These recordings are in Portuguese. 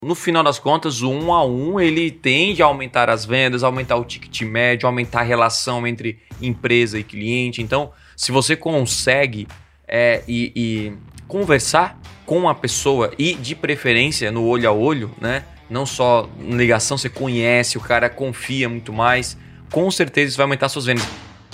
No final das contas, o 1 a 1 ele tende a aumentar as vendas, aumentar o ticket médio, aumentar a relação entre empresa e cliente. Então, se você consegue conversar com a pessoa e, de preferência, no olho a olho, né? Não só na ligação, você conhece, o cara confia muito mais, com certeza isso vai aumentar suas vendas.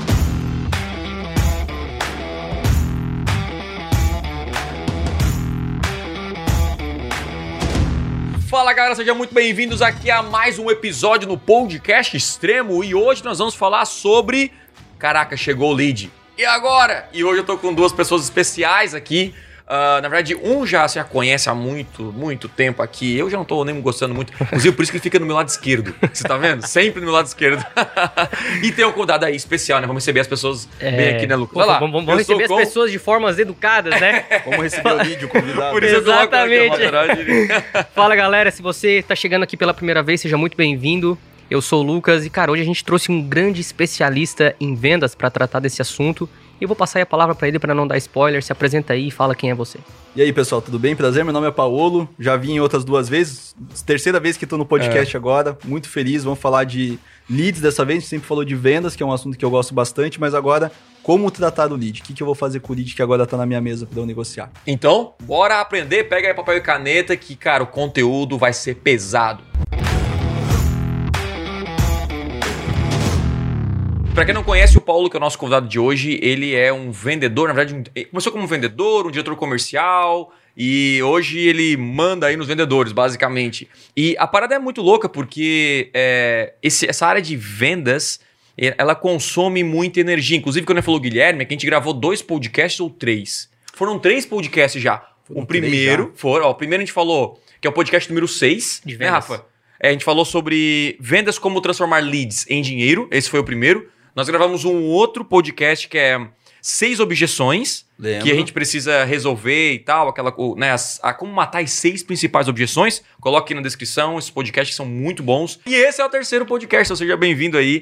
Fala galera, sejam muito bem-vindos aqui a mais um episódio no Podcast Extremo e hoje nós vamos falar sobre... Caraca, chegou o lead. E agora? E hoje eu tô com duas pessoas especiais aqui. Na verdade, um já se conhece há muito tempo aqui. Eu já não tô nem gostando muito. Inclusive, por isso que ele fica no meu lado esquerdo. Você tá vendo? Sempre no meu lado esquerdo. E tem um convidado aí especial, né? Vamos receber as pessoas bem aqui, né, Lucas? Olha lá. Vamos receber as pessoas de formas educadas, né? Vamos receber o lead, o convidado. Por isso exatamente. Eu tô Fala, galera. Se você tá chegando aqui pela primeira vez, seja muito bem-vindo. Eu sou o Lucas e, cara, hoje a gente trouxe um grande especialista em vendas para tratar desse assunto. E eu vou passar aí a palavra para ele para não dar spoiler. Se apresenta aí e fala quem é você. E aí, pessoal, tudo bem? Prazer, meu nome é Paolo. Já vim outras duas vezes. Terceira vez que tô no podcast agora. Muito feliz. Vamos falar de leads dessa vez. A gente sempre falou de vendas, que é um assunto que eu gosto bastante. Mas agora, como tratar o lead? O que eu vou fazer com o lead que agora tá na minha mesa para eu negociar? Então, bora aprender. Pega aí papel e caneta que, cara, o conteúdo vai ser pesado. Pra quem não conhece, o Paulo, que é o nosso convidado de hoje, ele é um vendedor, na verdade, começou como um vendedor, um diretor comercial, e hoje ele manda aí nos vendedores, basicamente. E a parada é muito louca, porque essa área de vendas, ela consome muita energia. Inclusive, quando ele falou Guilherme, é que a gente gravou 2 podcasts ou 3. Foram 3 podcasts já. O primeiro a gente falou, que é o podcast número 6, de vendas. Né, Rafa? A gente falou sobre vendas, como transformar leads em dinheiro, esse foi o primeiro. Nós gravamos um outro podcast que é 6 objeções. Lembro. Que a gente precisa resolver e tal, como matar as 6 principais objeções. Coloque aqui na descrição, esses podcasts são muito bons. E esse é o terceiro podcast, então seja bem-vindo aí.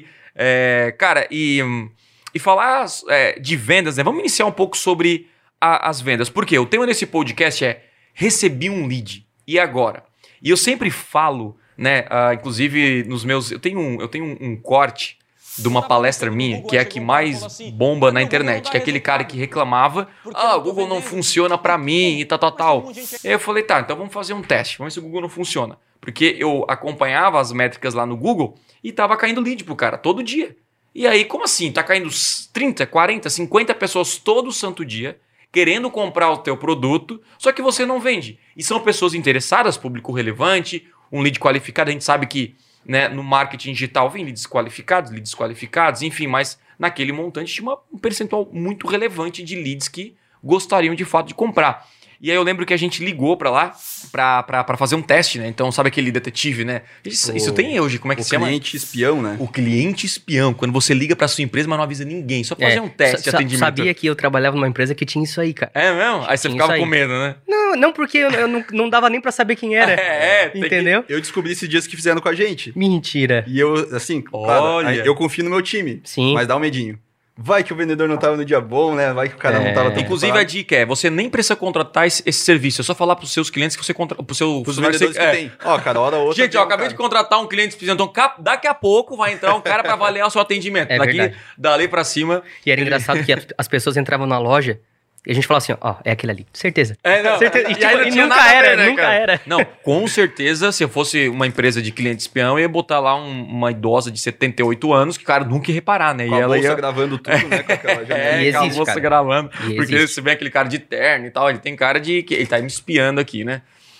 Cara, e falar de vendas, né? Vamos iniciar um pouco sobre as vendas. Por quê? O tema desse podcast é recebi um lead, e agora? E eu sempre falo, né? Inclusive nos meus... Eu tenho um corte de uma palestra minha, que é a que mais bomba na internet, que é aquele cara que reclamava, o Google não funciona pra mim e tal. Aí eu falei, tá, então vamos fazer um teste, vamos ver se o Google não funciona. Porque eu acompanhava as métricas lá no Google e tava caindo lead pro cara todo dia. E aí, como assim? Tá caindo 30, 40, 50 pessoas todo santo dia querendo comprar o teu produto, só que você não vende. E são pessoas interessadas, público relevante, um lead qualificado, a gente sabe que, né, no marketing digital vem leads qualificados, enfim, mas naquele montante tinha um percentual muito relevante de leads que gostariam de fato de comprar. E aí eu lembro que a gente ligou pra lá pra fazer um teste, né? Então, sabe aquele detetive, né? Isso tem hoje, como é que se chama? O cliente espião, né? O cliente espião, quando você liga pra sua empresa, mas não avisa ninguém, só pra fazer um teste de atendimento. Sabia que eu trabalhava numa empresa que tinha isso aí, cara. É mesmo? Aí você ficava com medo, né? Não, porque eu não dava nem pra saber quem era. Entendeu? Eu descobri esses dias que fizeram com a gente. Mentira. E eu, assim, claro, eu confio no meu time. Sim. Mas dá um medinho. Vai que o vendedor não tava no dia bom, né? Vai que o cara não tava tão Inclusive, ocupado. a dica é, você nem precisa contratar esse serviço, é só falar pros seus clientes que você contrata, pros vendedores que tem. Cada hora ou outra. Gente, acabei de contratar um cliente, então daqui a pouco vai entrar um cara pra avaliar o seu atendimento. Dali pra cima. E era engraçado que as pessoas entravam na loja e a gente falava assim, é aquele ali, certeza. Certeza. E nunca era. Não, com certeza, se eu fosse uma empresa de cliente espião, eu ia botar lá uma idosa de 78 anos, que o cara nunca ia reparar, né? Com a bolsa gravando tudo, né? Com aquela com a bolsa gravando. Porque se vê aquele cara de terno e tal, ele tem cara de que ele tá me espiando aqui, né?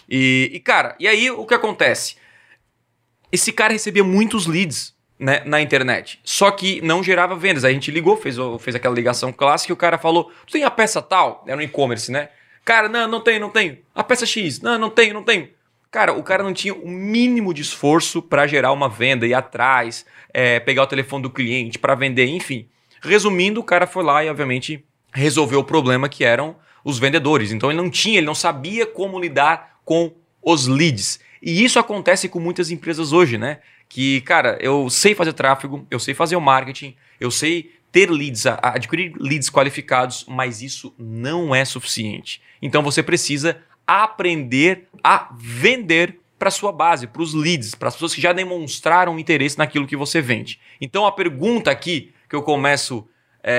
Cara, e aí o que acontece? Esse cara recebia muitos leads, né, na internet, só que não gerava vendas. Aí a gente ligou, fez aquela ligação clássica e o cara falou, tu tem a peça tal? Era no e-commerce, né? Cara, não tenho. A peça X, não tenho. Cara, o cara não tinha o mínimo de esforço para gerar uma venda, ir atrás, pegar o telefone do cliente para vender, enfim. Resumindo, o cara foi lá e, obviamente, resolveu o problema que eram os vendedores. Então ele não sabia como lidar com os leads. E isso acontece com muitas empresas hoje, né? Que, cara, eu sei fazer tráfego, eu sei fazer o marketing, eu sei ter leads, adquirir leads qualificados, mas isso não é suficiente. Então você precisa aprender a vender para sua base, para os leads, para as pessoas que já demonstraram interesse naquilo que você vende. Então a pergunta aqui que eu começo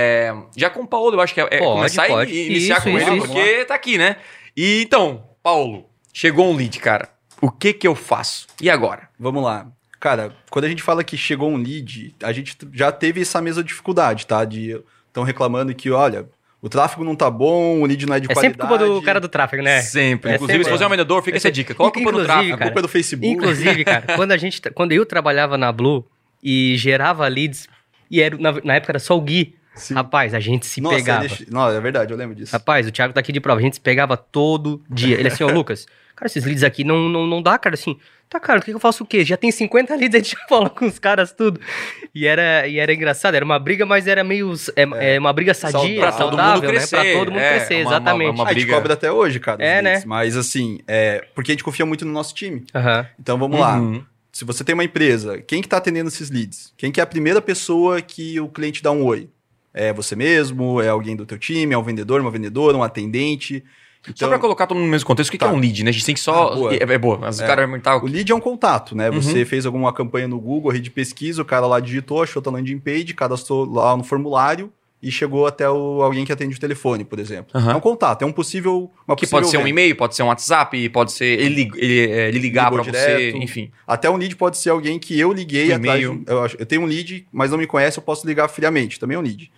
já com o Paulo, eu acho que começar e iniciar com ele, porque tá aqui, né? E então, Paulo, chegou um lead, cara. O que eu faço? E agora? Vamos lá. Cara, quando a gente fala que chegou um lead, a gente já teve essa mesma dificuldade, tá? Estão reclamando que, olha, o tráfego não tá bom, o lead não é de qualidade. É sempre culpa do cara do tráfego, né? Sempre. Inclusive, se você é um vendedor, fica essa dica. Qual a culpa do tráfego? A culpa é do Facebook. Inclusive, cara, quando eu trabalhava na Blue e gerava leads, e na época era só o Gui, sim. Rapaz, a gente se pegava. Não, é verdade, eu lembro disso. Rapaz, o Thiago tá aqui de prova, a gente se pegava todo dia. Ele assim, ô Lucas, cara, esses leads aqui não dá, cara, assim... Tá, cara, o que eu faço o quê? Já tem 50 leads, a gente já fala com os caras tudo. E era engraçado, era uma briga, mas era meio... uma briga sadia, saudável, né? Pra todo mundo crescer, exatamente. Uma briga... A gente cobra até hoje, cara. Né? Mas assim, porque a gente confia muito no nosso time. Uhum. Então vamos lá. Se você tem uma empresa, quem que tá atendendo esses leads? Quem que é a primeira pessoa que o cliente dá um oi? É você mesmo? É alguém do teu time? É um vendedor, uma vendedora, um atendente? Então, só pra colocar todo mundo no mesmo contexto, o que é um lead, né? A gente tem que só... boa. Mas o lead é um contato, né? Você fez alguma campanha no Google, rede de pesquisa, o cara lá digitou, achou a landing page, cadastrou lá no formulário e chegou até alguém que atende o telefone, por exemplo. É um contato, é uma possível que pode ser um e-mail, pode ser um WhatsApp, pode ser ele ligar pra você, enfim. Até um lead pode ser alguém que eu liguei atrás. Eu tenho um lead, mas não me conhece, eu posso ligar friamente. Também é um lead.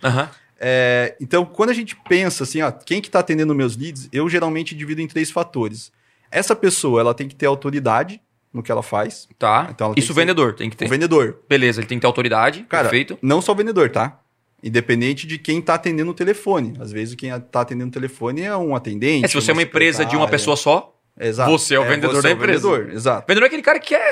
Então, quando a gente pensa assim, quem que está atendendo meus leads, eu geralmente divido em 3 fatores. Essa pessoa, ela tem que ter autoridade no que ela faz. Tá. Então, isso o vendedor tem que ter. O vendedor. Beleza, ele tem que ter autoridade. Cara, perfeito. Não só o vendedor, tá? Independente de quem está atendendo o telefone. Às vezes, quem está atendendo o telefone é um atendente. Se você é uma empresa de uma pessoa só... Exato. Você é o vendedor da empresa. Exato. Vendedor é aquele cara que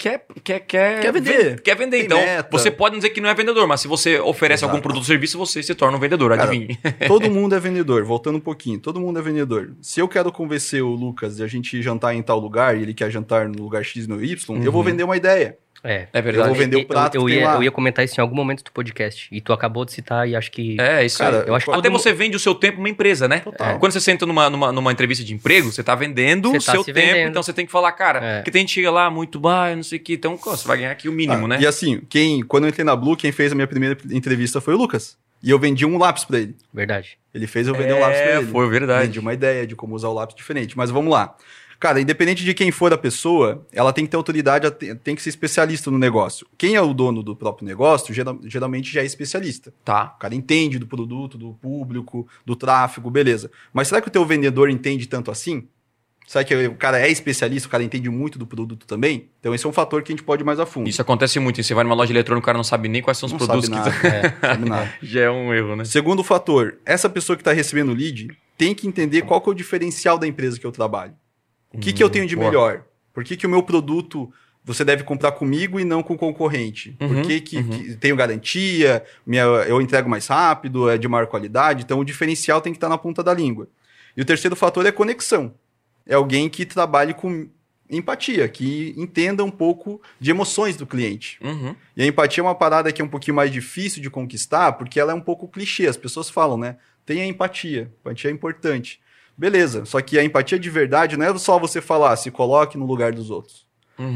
quer vender. Quer vender. Então, você pode dizer que não é vendedor, mas se você oferece algum produto ou serviço, você se torna um vendedor, adivinhe. Todo mundo é vendedor. Voltando um pouquinho, todo mundo é vendedor. Se eu quero convencer o Lucas de a gente jantar em tal lugar e ele quer jantar no lugar X no Y, eu vou vender uma ideia. É verdade. Eu vou vender o prato eu ia comentar isso em algum momento do podcast. E tu acabou de citar e acho que... isso cara, eu acho que até você vende o seu tempo numa empresa, né? Total. Quando você senta numa entrevista de emprego, você tá vendendo o seu tempo. Vendendo. Então você tem que falar, cara, que tem gente que chega lá muito, não sei o que. Então você vai ganhar aqui o mínimo, né? E assim, quando eu entrei na Blue, quem fez a minha primeira entrevista foi o Lucas. E eu vendi um lápis pra ele. Verdade. Ele fez eu vender um lápis pra ele. Foi verdade. Vendi uma ideia de como usar o lápis diferente. Mas vamos lá. Cara, independente de quem for a pessoa, ela tem que ter autoridade, tem que ser especialista no negócio. Quem é o dono do próprio negócio, geralmente já é especialista. Tá. O cara entende do produto, do público, do tráfego, beleza. Mas será que o teu vendedor entende tanto assim? Será que o cara é especialista, o cara entende muito do produto também? Então esse é um fator que a gente pode ir mais a fundo. Isso acontece muito. Você vai numa loja eletrônica, o cara não sabe nem quais são os produtos que... sabe nada. Já é um erro, né? Segundo fator, essa pessoa que está recebendo o lead tem que entender qual que é o diferencial da empresa que eu trabalho. O que eu tenho de melhor? Por que o meu produto você deve comprar comigo e não com o concorrente? Por que tenho garantia, eu entrego mais rápido, é de maior qualidade? Então, o diferencial tem que estar na ponta da língua. E o terceiro fator é conexão. É alguém que trabalhe com empatia, que entenda um pouco de emoções do cliente. E a empatia é uma parada que é um pouquinho mais difícil de conquistar, porque ela é um pouco clichê. As pessoas falam, né? Tenha empatia. Empatia é importante. Beleza, só que a empatia de verdade não é só você falar, se coloque no lugar dos outros.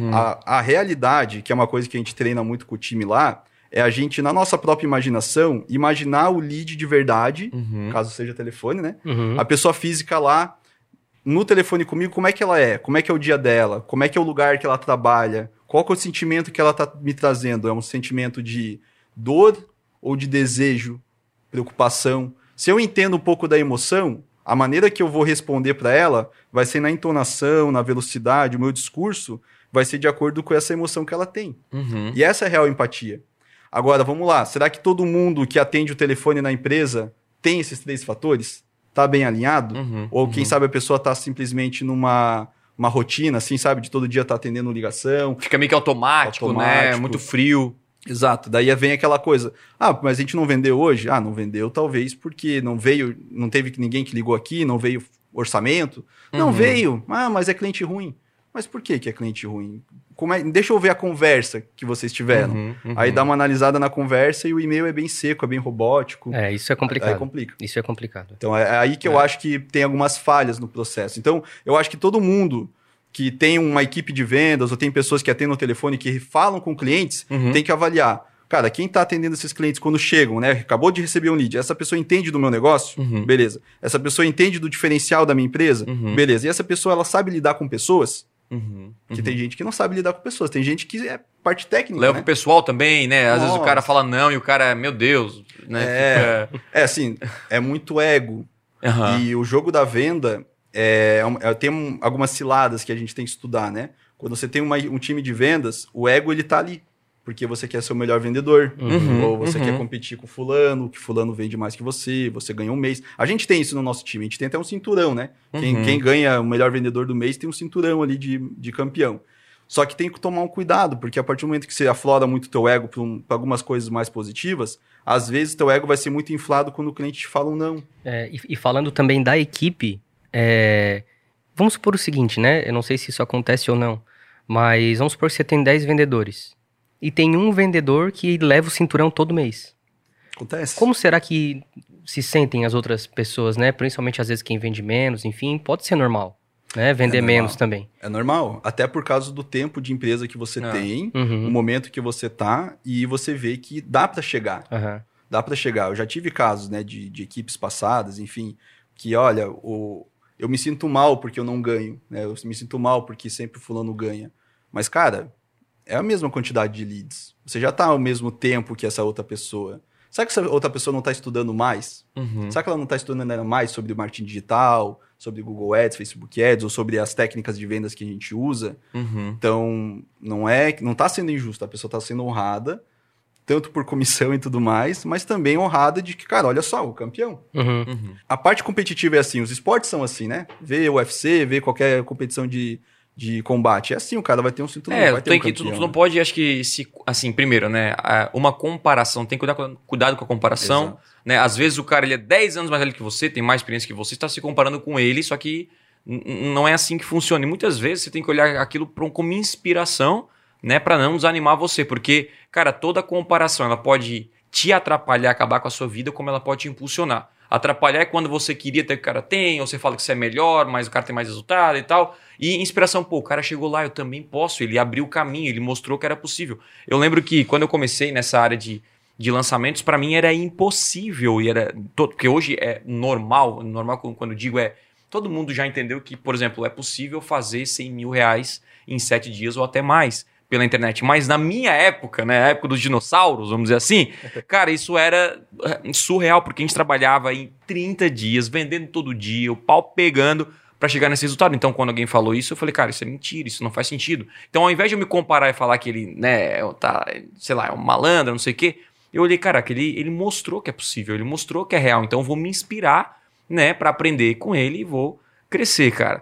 A realidade, que é uma coisa que a gente treina muito com o time lá, é a gente, na nossa própria imaginação, imaginar o lead de verdade, caso seja telefone, né? A pessoa física lá, no telefone comigo, como é que ela é? Como é que é o dia dela? Como é que é o lugar que ela trabalha? Qual que é o sentimento que ela está me trazendo? É um sentimento de dor ou de desejo, preocupação? Se eu entendo um pouco da emoção, a maneira que eu vou responder para ela vai ser na entonação, na velocidade, o meu discurso vai ser de acordo com essa emoção que ela tem. E essa é a real empatia. Agora, vamos lá. Será que todo mundo que atende o telefone na empresa tem esses 3 fatores? Tá bem alinhado? Ou quem sabe a pessoa tá simplesmente numa rotina, assim, sabe? De todo dia tá atendendo ligação. Fica meio que automático, né? Muito frio. Exato, daí vem aquela coisa, mas a gente não vendeu hoje? Não vendeu talvez porque não teve ninguém que ligou aqui, não veio orçamento, não veio, mas é cliente ruim. Mas por que é cliente ruim? Deixa eu ver a conversa que vocês tiveram. Aí dá uma analisada na conversa e o e-mail é bem seco, é bem robótico. Isso é complicado. Aí complica. Isso é complicado. Então é aí que eu acho que tem algumas falhas no processo. Então eu acho que todo mundo que tem uma equipe de vendas ou tem pessoas que atendem no telefone que falam com clientes, tem que avaliar. Cara, quem está atendendo esses clientes quando chegam, né? Acabou de receber um lead. Essa pessoa entende do meu negócio? Beleza. Essa pessoa entende do diferencial da minha empresa? Beleza. E essa pessoa, ela sabe lidar com pessoas? Que tem gente que não sabe lidar com pessoas. Tem gente que é parte técnica, Leva pro pessoal também, né? Às vezes o cara fala não e o cara, meu Deus, né? Assim, é muito ego. E o jogo da venda... tem algumas ciladas que a gente tem que estudar, né? Quando você tem um time de vendas, o ego ele tá ali. Porque você quer ser o melhor vendedor, ou você quer competir com fulano, que fulano vende mais que você ganha um mês. A gente tem isso no nosso time, a gente tem até um cinturão, né? Quem ganha o melhor vendedor do mês tem um cinturão ali de campeão. Só que tem que tomar um cuidado, porque a partir do momento que você aflora muito o teu ego para algumas coisas mais positivas, às vezes o teu ego vai ser muito inflado quando o cliente te fala um não. E falando também da equipe, vamos supor o seguinte, né? Eu não sei se isso acontece ou não, mas vamos supor que você tem 10 vendedores. E tem um vendedor que leva o cinturão todo mês. Acontece. Como será que se sentem as outras pessoas, né? Principalmente às vezes quem vende menos, enfim, pode ser normal, né? Vender menos também. É normal, até por causa do tempo de empresa que você tem, o momento que você tá, e você vê que dá para chegar. Dá para chegar. Eu já tive casos, né, de equipes passadas, enfim, que olha, eu me sinto mal porque eu não ganho, né? Eu me sinto mal porque sempre o fulano ganha. Mas, cara... é a mesma quantidade de leads. Você já está ao mesmo tempo que essa outra pessoa. Será que essa outra pessoa não está estudando mais? Será que ela não está estudando ainda mais sobre marketing digital, sobre Google Ads, Facebook Ads, ou sobre as técnicas de vendas que a gente usa? Então, não está sendo injusto. A pessoa está sendo honrada, tanto por comissão e tudo mais, mas também honrada de que, cara, olha só, o campeão. A parte competitiva é assim, os esportes são assim, né? Vê o UFC, vê qualquer competição de combate. É assim, o cara vai ter um cinturão, vai ter um campeão. Tu não pode, acho que, assim, primeiro, né, uma comparação, tem que cuidado com a comparação, Exato. Né, às vezes o cara, ele é 10 anos mais velho que você, tem mais experiência que você, está se comparando com ele, só que não é assim que funciona, e muitas vezes você tem que olhar aquilo como inspiração, né, para não desanimar você, porque, cara, toda comparação, ela pode te atrapalhar, acabar com a sua vida, como ela pode te impulsionar. Atrapalhar é quando você queria ter o que o cara tem, ou você fala que você é melhor, mas o cara tem mais resultado e tal. E inspiração, pô, o cara chegou lá, eu também posso. Ele abriu o caminho, ele mostrou que era possível. Eu lembro que quando eu comecei nessa área de lançamentos, para mim era impossível. Porque hoje é normal quando eu digo todo mundo já entendeu que, por exemplo, é possível fazer 100 mil reais em 7 dias ou até mais pela internet. Mas na minha época, né, a época dos dinossauros, vamos dizer assim, cara, isso era surreal, porque a gente trabalhava em 30 dias, vendendo todo dia, o pau pegando para chegar nesse resultado. Então, quando alguém falou isso, eu falei, cara, isso é mentira, isso não faz sentido. Então, ao invés de eu me comparar e falar que ele, né, sei lá, é um malandro, não sei o quê, eu olhei, caraca, ele mostrou que é possível, ele mostrou que é real, então eu vou me inspirar, né, para aprender com ele e vou crescer, cara.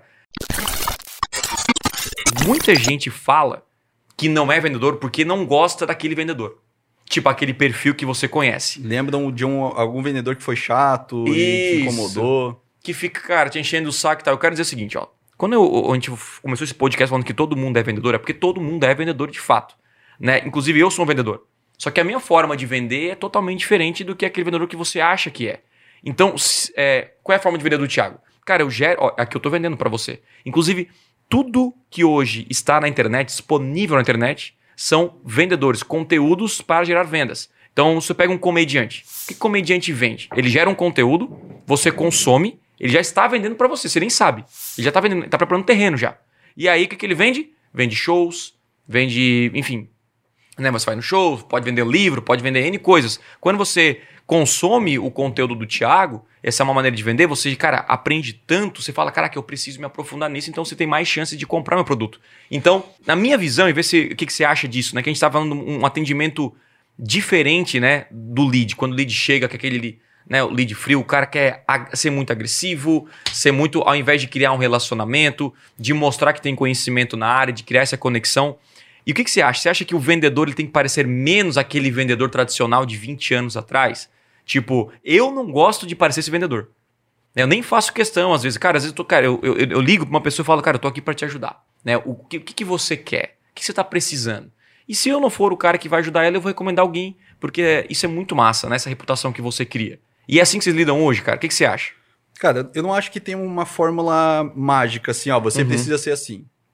Muita gente fala que não é vendedor porque não gosta daquele vendedor. Tipo aquele perfil que você conhece. Lembram de algum vendedor que foi chato e te incomodou? Que fica, cara, te enchendo o saco e tal. Eu quero dizer o seguinte, ó. Quando a gente começou esse podcast falando que todo mundo é vendedor, é porque todo mundo é vendedor de fato. Né? Inclusive eu sou um vendedor. Só que a minha forma de vender é totalmente diferente do que aquele vendedor que você acha que é. Então, qual é a forma de vender do Thiago? Cara, eu gero... Ó, aqui eu tô vendendo pra você. Inclusive... Tudo que hoje está na internet, disponível na internet, são vendedores, conteúdos para gerar vendas. Então, você pega um comediante. O que comediante vende? Ele gera um conteúdo, você consome, ele já está vendendo para você nem sabe. Ele já está vendendo, está preparando terreno já. E aí, o que ele vende? Vende shows, vende, enfim, né? Você vai no show, pode vender livro, pode vender N coisas. Quando você consome o conteúdo do Thiago, essa é uma maneira de vender, você, cara, aprende tanto, você fala, caraca, eu preciso me aprofundar nisso, então você tem mais chance de comprar meu produto. Então, na minha visão, e ver o que você acha disso, né? Que a gente está falando de um atendimento diferente, né, do lead. Quando o lead chega, que aquele, né, o lead frio, o cara quer ser muito agressivo, ser muito, ao invés de criar um relacionamento, de mostrar que tem conhecimento na área, de criar essa conexão. E o que você acha? Você acha que o vendedor ele tem que parecer menos aquele vendedor tradicional de 20 anos atrás? Tipo, eu não gosto de parecer esse vendedor. Eu nem faço questão, às vezes. Cara, às vezes eu ligo pra uma pessoa e falo, cara, eu tô aqui pra te ajudar. Né? O que você quer? O que você tá precisando? E se eu não for o cara que vai ajudar ela, eu vou recomendar alguém. Porque isso é muito massa, né? Essa reputação que você cria. E é assim que vocês lidam hoje, cara? O que você acha? Cara, eu não acho que tem uma fórmula mágica, assim, ó, você precisa ser assim.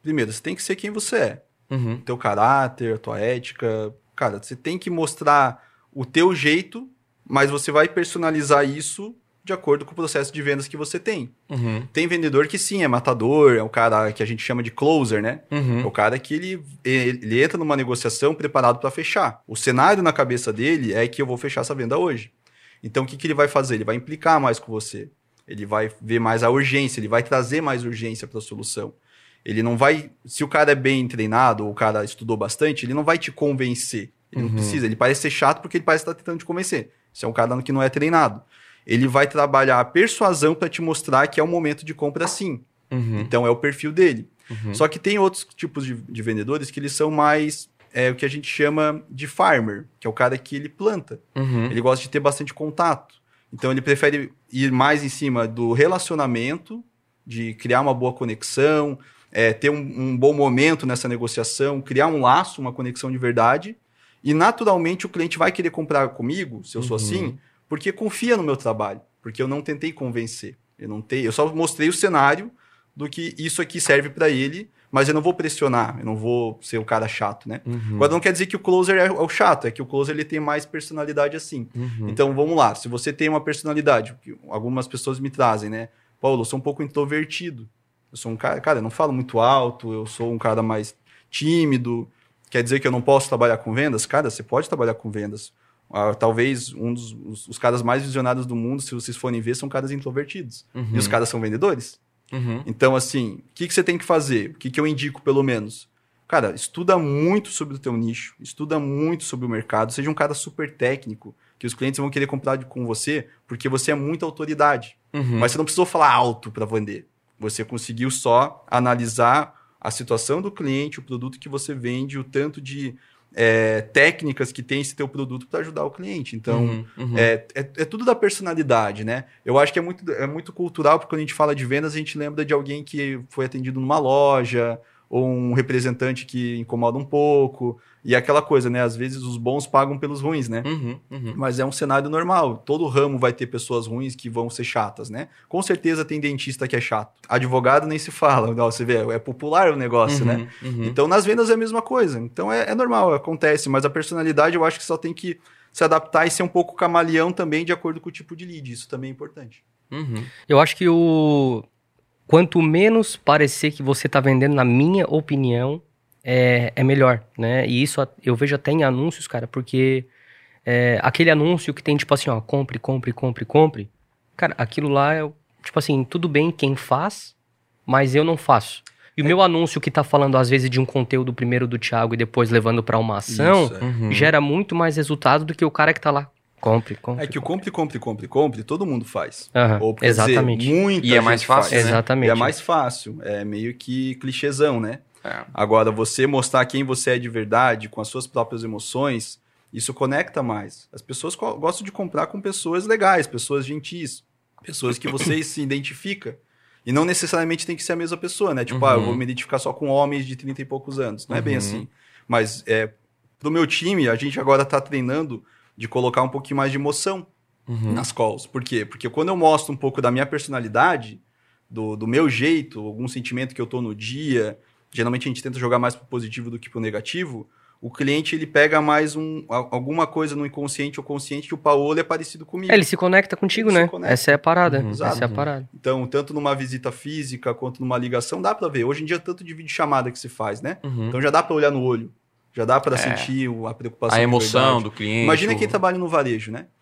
primeiro, você tem que ser quem você é. Teu caráter, a tua ética. Cara, você tem que mostrar o teu jeito, mas você vai personalizar isso de acordo com o processo de vendas que você tem. Tem vendedor que sim, é matador, é o cara que a gente chama de closer, né? É o cara que ele entra numa negociação preparado para fechar. O cenário na cabeça dele é que eu vou fechar essa venda hoje. Então, o que ele vai fazer? Ele vai implicar mais com você. Ele vai ver mais a urgência, ele vai trazer mais urgência para a solução. Ele não vai... Se o cara é bem treinado, ou o cara estudou bastante, ele não vai te convencer. Ele não precisa. Ele parece ser chato porque ele parece estar tentando te convencer. Isso é um cara que não é treinado. Ele vai trabalhar a persuasão para te mostrar que é o momento de compra sim. Então, é o perfil dele. Só que tem outros tipos de vendedores que eles são mais... o que a gente chama de farmer, que é o cara que ele planta. Ele gosta de ter bastante contato. Então, ele prefere ir mais em cima do relacionamento, de criar uma boa conexão, ter um bom momento nessa negociação, criar um laço, uma conexão de verdade. E, naturalmente, o cliente vai querer comprar comigo, se eu sou assim, porque confia no meu trabalho. Porque eu não tentei convencer. Eu só mostrei o cenário do que isso aqui serve para ele, mas eu não vou pressionar, eu não vou ser um cara chato, né? Agora, não quer dizer que o closer é o chato, é que o closer ele tem mais personalidade assim. Então, vamos lá. Se você tem uma personalidade, que algumas pessoas me trazem, né? Paulo, eu sou um pouco introvertido. Eu sou um cara, eu não falo muito alto, eu sou um cara mais tímido. Quer dizer que eu não posso trabalhar com vendas? Cara, você pode trabalhar com vendas. Talvez os caras mais visionários do mundo, se vocês forem ver, são caras introvertidos. E os caras são vendedores. Então, assim, o que você tem que fazer? O que eu indico, pelo menos? Cara, estuda muito sobre o teu nicho, estuda muito sobre o mercado, seja um cara super técnico, que os clientes vão querer comprar com você, porque você é muita autoridade. Mas você não precisou falar alto para vender. Você conseguiu só analisar a situação do cliente, o produto que você vende, o tanto de técnicas que tem esse teu produto para ajudar o cliente. Então, é tudo da personalidade, né? Eu acho que é muito cultural, porque quando a gente fala de vendas, a gente lembra de alguém que foi atendido numa loja, ou um representante que incomoda um pouco, e aquela coisa, né? Às vezes os bons pagam pelos ruins, né? Mas é um cenário normal. Todo ramo vai ter pessoas ruins que vão ser chatas, né? Com certeza tem dentista que é chato. Advogado nem se fala. Não, você vê, é popular o negócio, né? Então, nas vendas é a mesma coisa. Então, é normal, acontece. Mas a personalidade, eu acho que só tem que se adaptar e ser um pouco camaleão também, de acordo com o tipo de lead. Isso também é importante. Eu acho que quanto menos parecer que você está vendendo, na minha opinião, é melhor, né? E isso eu vejo até em anúncios, cara, porque aquele anúncio que tem, tipo assim, ó, compre. Cara, aquilo lá é, tipo assim, tudo bem quem faz, mas eu não faço. E o meu anúncio que tá falando, às vezes, de um conteúdo primeiro do Thiago e depois levando para uma ação, gera muito mais resultado do que o cara que tá lá. Compre. É que o compre, todo mundo faz. Ou, exatamente. Dizer, muita e é mais fácil, faz, né? Exatamente. E é mais fácil. É meio que clichêzão, né? Agora, você mostrar quem você é de verdade, com as suas próprias emoções, isso conecta mais. As pessoas gostam de comprar com pessoas legais, pessoas gentis, pessoas que você se identifica. E não necessariamente tem que ser a mesma pessoa, né? Tipo, eu vou me identificar só com homens de 30 e poucos anos. Não é bem assim. Mas, pro meu time, a gente agora tá treinando de colocar um pouquinho mais de emoção nas calls. Por quê? Porque quando eu mostro um pouco da minha personalidade, do meu jeito, algum sentimento que eu tô no dia, geralmente a gente tenta jogar mais pro positivo do que pro negativo, o cliente ele pega mais alguma coisa no inconsciente ou consciente que o Paulo é parecido comigo. Ele se conecta contigo, né? Essa é a parada. Essa é a parada. Então, tanto numa visita física quanto numa ligação, dá pra ver. Hoje em dia, tanto de videochamada que se faz, né? Então já dá pra olhar no olho. Já dá para sentir a preocupação. A emoção do cliente. Imagina quem trabalha no varejo, né?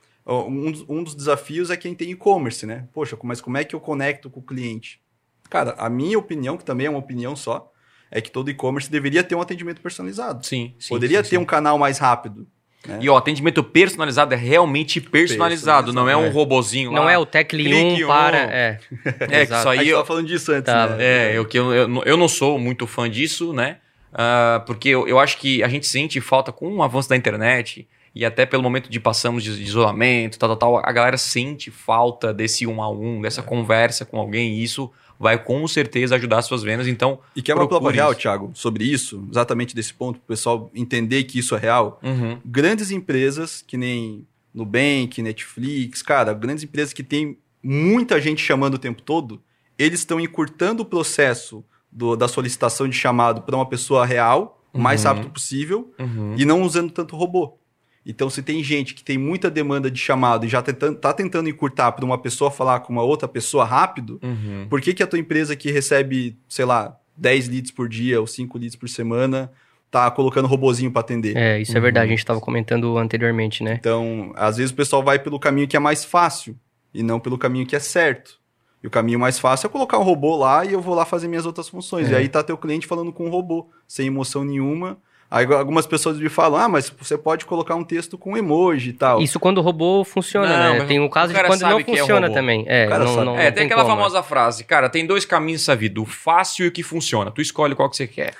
Um dos desafios é quem tem e-commerce, né? Poxa, mas como é que eu conecto com o cliente? Cara, a minha opinião, que também é uma opinião só, é que todo e-commerce deveria ter um atendimento personalizado. Sim. Poderia ter um canal mais rápido. Né? E o atendimento personalizado é realmente personalizado, não é um robozinho lá. Não é o Tecli 1 para... que isso aí... A gente tava falando disso antes, né? Eu não sou muito fã disso, né? Porque eu acho que a gente sente falta com o avanço da internet e até pelo momento de passamos de isolamento, tal, a galera sente falta desse 1 a 1, dessa conversa com alguém, e isso vai com certeza ajudar as suas vendas, então... E quer uma prova real, Thiago, sobre isso, exatamente desse ponto, para o pessoal entender que isso é real? Grandes empresas, que nem Nubank, Netflix, cara, grandes empresas que tem muita gente chamando o tempo todo, eles estão encurtando o processo da solicitação de chamado para uma pessoa real, o mais rápido possível, e não usando tanto robô. Então, se tem gente que tem muita demanda de chamado e já tá tentando encurtar para uma pessoa falar com uma outra pessoa rápido, por que a tua empresa que recebe, sei lá, 10 leads por dia ou 5 leads por semana, tá colocando robozinho para atender? Isso é verdade, a gente estava comentando anteriormente, né? Então, às vezes o pessoal vai pelo caminho que é mais fácil e não pelo caminho que é certo. E o caminho mais fácil é colocar um robô lá e eu vou lá fazer minhas outras funções. E aí tá teu cliente falando com um robô, sem emoção nenhuma. Aí algumas pessoas me falam, mas você pode colocar um texto com emoji e tal. Isso quando o robô funciona, né? Tem um caso de quando não funciona também. Tem aquela famosa frase, cara, tem 2 caminhos nessa vida, o fácil e o que funciona. Tu escolhe qual que você quer.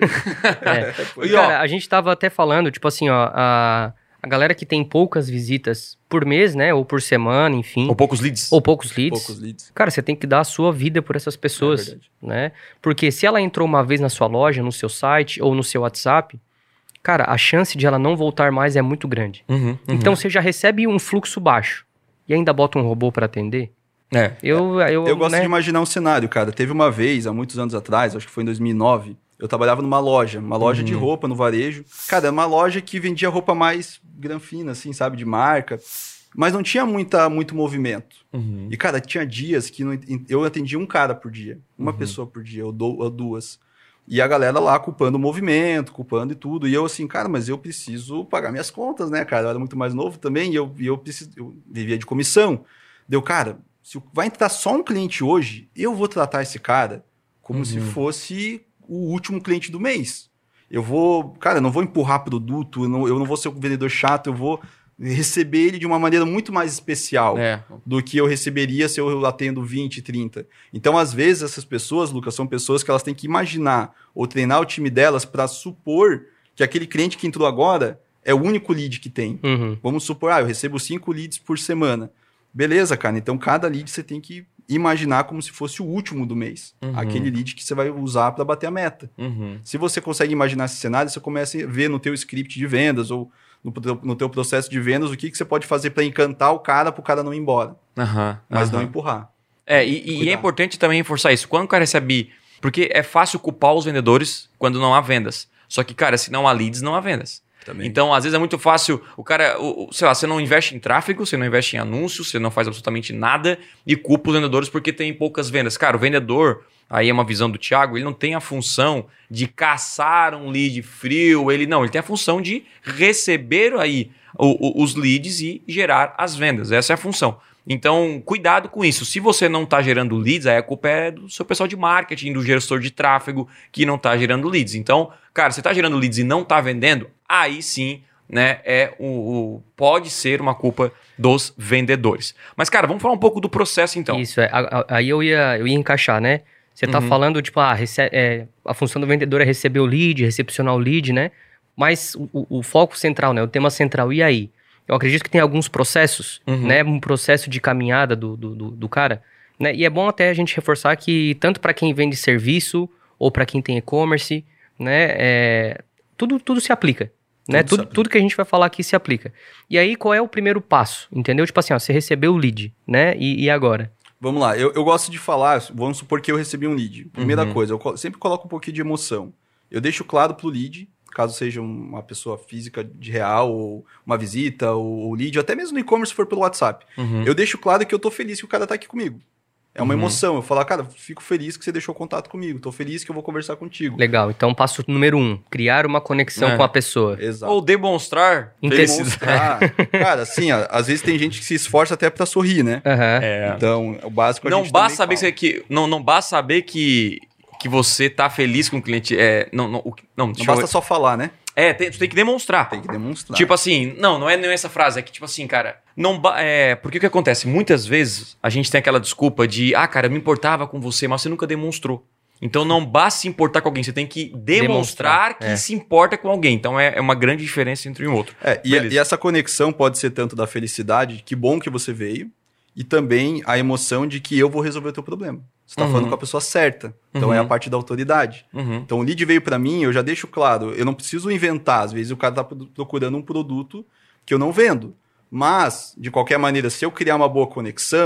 Cara, a gente tava até falando, tipo assim, a galera que tem poucas visitas por mês, né? Ou por semana, enfim. Ou poucos leads. Cara, você tem que dar a sua vida por essas pessoas, né? Porque se ela entrou uma vez na sua loja, no seu site ou no seu WhatsApp, cara, a chance de ela não voltar mais é muito grande. Então, você já recebe um fluxo baixo e ainda bota um robô para atender? Eu gosto de imaginar um cenário, cara. Teve uma vez, há muitos anos atrás, acho que foi em 2009... Eu trabalhava numa loja de roupa no varejo. Cara, era uma loja que vendia roupa mais granfina, assim, sabe? De marca. Mas não tinha muito movimento. E, cara, tinha dias que eu atendia um cara por dia. Uma pessoa por dia, ou 2. E a galera lá culpando o movimento, culpando e tudo. E eu assim, cara, mas eu preciso pagar minhas contas, né, cara? Eu era muito mais novo também e eu vivia de comissão. Cara, se vai entrar só um cliente hoje, eu vou tratar esse cara como se fosse o último cliente do mês. Eu não vou empurrar produto, eu não vou ser um vendedor chato, eu vou receber ele de uma maneira muito mais especial do que eu receberia se eu atendo 20, 30. Então, às vezes, essas pessoas, Lucas, são pessoas que elas têm que imaginar ou treinar o time delas para supor que aquele cliente que entrou agora é o único lead que tem. Vamos supor, eu recebo 5 leads por semana. Beleza, cara, então cada lead você tem que imaginar como se fosse o último do mês. Aquele lead que você vai usar para bater a meta. Se você consegue imaginar esse cenário, você começa a ver no teu script de vendas ou no teu processo de vendas o que você pode fazer para encantar o cara para o cara não ir embora. Mas não empurrar. E é importante também reforçar isso. Quando o cara recebe... Porque é fácil culpar os vendedores quando não há vendas. Só que, cara, se não há leads, não há vendas. Também. Então, às vezes é muito fácil, o cara, sei lá, você não investe em tráfego, você não investe em anúncios, você não faz absolutamente nada e culpa os vendedores porque tem poucas vendas. Cara, o vendedor, aí é uma visão do Thiago, ele não tem a função de caçar um lead frio, ele tem a função de receber aí os leads e gerar as vendas, essa é a função. Então, cuidado com isso. Se você não está gerando leads, aí a culpa é do seu pessoal de marketing, do gestor de tráfego que não está gerando leads. Então, cara, você está gerando leads e não está vendendo, aí sim, né, pode ser uma culpa dos vendedores. Mas, cara, vamos falar um pouco do processo, então. Isso, aí eu ia encaixar, né? Você está falando, tipo, a função do vendedor é receber o lead, recepcionar o lead, né? Mas o foco central, né? O tema central, e aí? Eu acredito que tem alguns processos, né? Um processo de caminhada do cara, né? E é bom até a gente reforçar que tanto para quem vende serviço ou para quem tem e-commerce, né? Tudo se aplica, né? Tudo que a gente vai falar aqui se aplica. E aí, qual é o primeiro passo? Entendeu? Tipo assim, você recebeu o lead, né? E agora? Vamos lá. Eu gosto de falar, vamos supor que eu recebi um lead. Primeira coisa, eu sempre coloco um pouquinho de emoção. Eu deixo claro pro lead, caso seja uma pessoa física de real, ou uma visita, ou lead, ou até mesmo no e-commerce se for pelo WhatsApp. Eu deixo claro que eu tô feliz que o cara tá aqui comigo. É uma emoção. Eu falo, cara, fico feliz que você deixou contato comigo. Tô feliz que eu vou conversar contigo. Legal. Então, passo número 1. Criar uma conexão com a pessoa. Exato. Ou demonstrar. Cara, assim, às vezes tem gente que se esforça até pra sorrir, né? Então, o básico a gente não basta saber não basta saber que você tá feliz com o cliente. Não basta só falar, né? Tu tem que demonstrar. Tem que demonstrar. Tipo assim, não é essa frase, é que tipo assim, cara, porque o que acontece? Muitas vezes a gente tem aquela desculpa de, cara, eu me importava com você, mas você nunca demonstrou. Então não basta se importar com alguém, você tem que demonstrar que se importa com alguém. Então é uma grande diferença entre um e outro. E essa conexão pode ser tanto da felicidade, que bom que você veio, e também a emoção de que eu vou resolver o teu problema. Você está falando com a pessoa certa. Então é a parte da autoridade. Então o lead veio para mim, eu já deixo claro, eu não preciso inventar. Às vezes o cara está procurando um produto que eu não vendo. Mas, de qualquer maneira, se eu criar uma boa conexão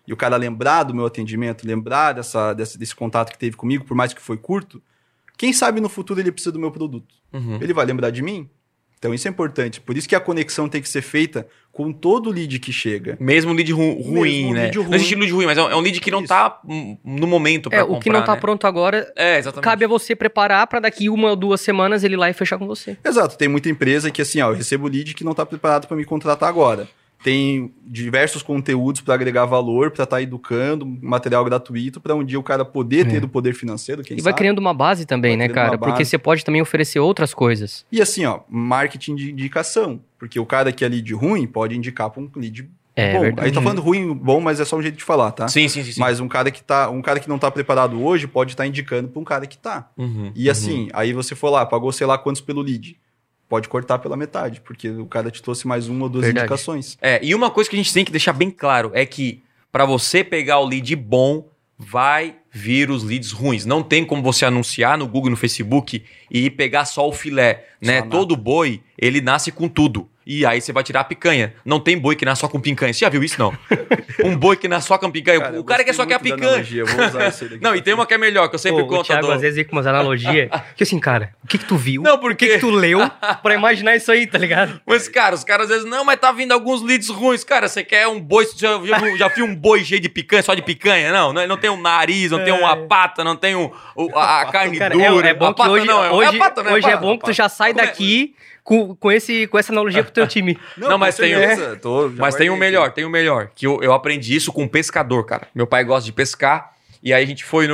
e o cara lembrar do meu atendimento, lembrar desse contato que teve comigo, por mais que foi curto, quem sabe no futuro ele precisa do meu produto. Ele vai lembrar de mim? Então isso é importante. Por isso que a conexão tem que ser feita com todo lead que chega. Mesmo lead ruim, né? Não existe lead ruim, mas é um lead que não tá no momento pra comprar, o que não tá pronto agora, exatamente. Cabe a você preparar pra daqui 1 ou 2 semanas ele ir lá e fechar com você. Exato. Tem muita empresa que assim, eu recebo lead que não tá preparado pra me contratar agora. Tem diversos conteúdos para agregar valor, para estar educando, material gratuito, para um dia o cara poder ter o poder financeiro, quem sabe. E vai criando uma base também, né, cara? Porque você pode também oferecer outras coisas. E assim, marketing de indicação. Porque o cara que é lead ruim pode indicar para um lead bom. Verdade. Aí tá falando ruim, bom, mas é só um jeito de falar, tá? Sim. Mas um cara que não tá preparado hoje pode estar indicando para um cara que tá. E assim, aí você for lá, pagou sei lá quantos pelo lead. Pode cortar pela metade, porque o cara te trouxe mais 1 ou 2 indicações. E uma coisa que a gente tem que deixar bem claro é que para você pegar o lead bom, vai vir os leads ruins. Não tem como você anunciar no Google e no Facebook e pegar só o filé, né? Todo boi, ele nasce com tudo. E aí você vai tirar a picanha. Não tem boi que nasce só com picanha. Você já viu isso, não? Um boi que nasce só com picanha. Cara, o cara quer só quer a picanha. Vou usar isso aí daqui. Não, e tem uma que é melhor, que eu sempre conto. O Thiago às vezes vem com umas analogias. Que assim, cara, o que tu viu? Não, porque... O que tu leu pra imaginar isso aí, tá ligado? Mas, cara, os caras às vezes, não, mas tá vindo alguns leads ruins. Cara, você quer um boi, já viu um boi cheio de picanha, só de picanha? Não tem um nariz, não tem uma pata, não tem a carne cara, dura. É bom que hoje é bom que tu já sai daqui... Com essa analogia pro teu time. Não, mas tem o melhor, que eu aprendi isso com um pescador, cara. Meu pai gosta de pescar, e aí a gente foi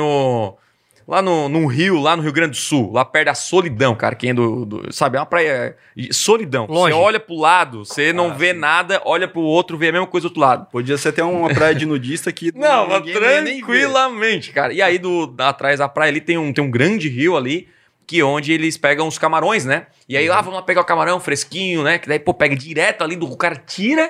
lá num rio, lá no Rio Grande do Sul, lá perto da Solidão, cara, quem é sabe, é uma praia Solidão. Longe. Você olha pro lado, você não vê nada, olha pro outro, vê a mesma coisa do outro lado. Podia ser até uma praia de nudista que não, tranquilamente, cara. E aí, atrás da praia ali tem um grande rio ali, que é onde eles pegam os camarões, né? E aí, vamos lá pegar o camarão fresquinho, né? Que daí, pega direto ali o cara tira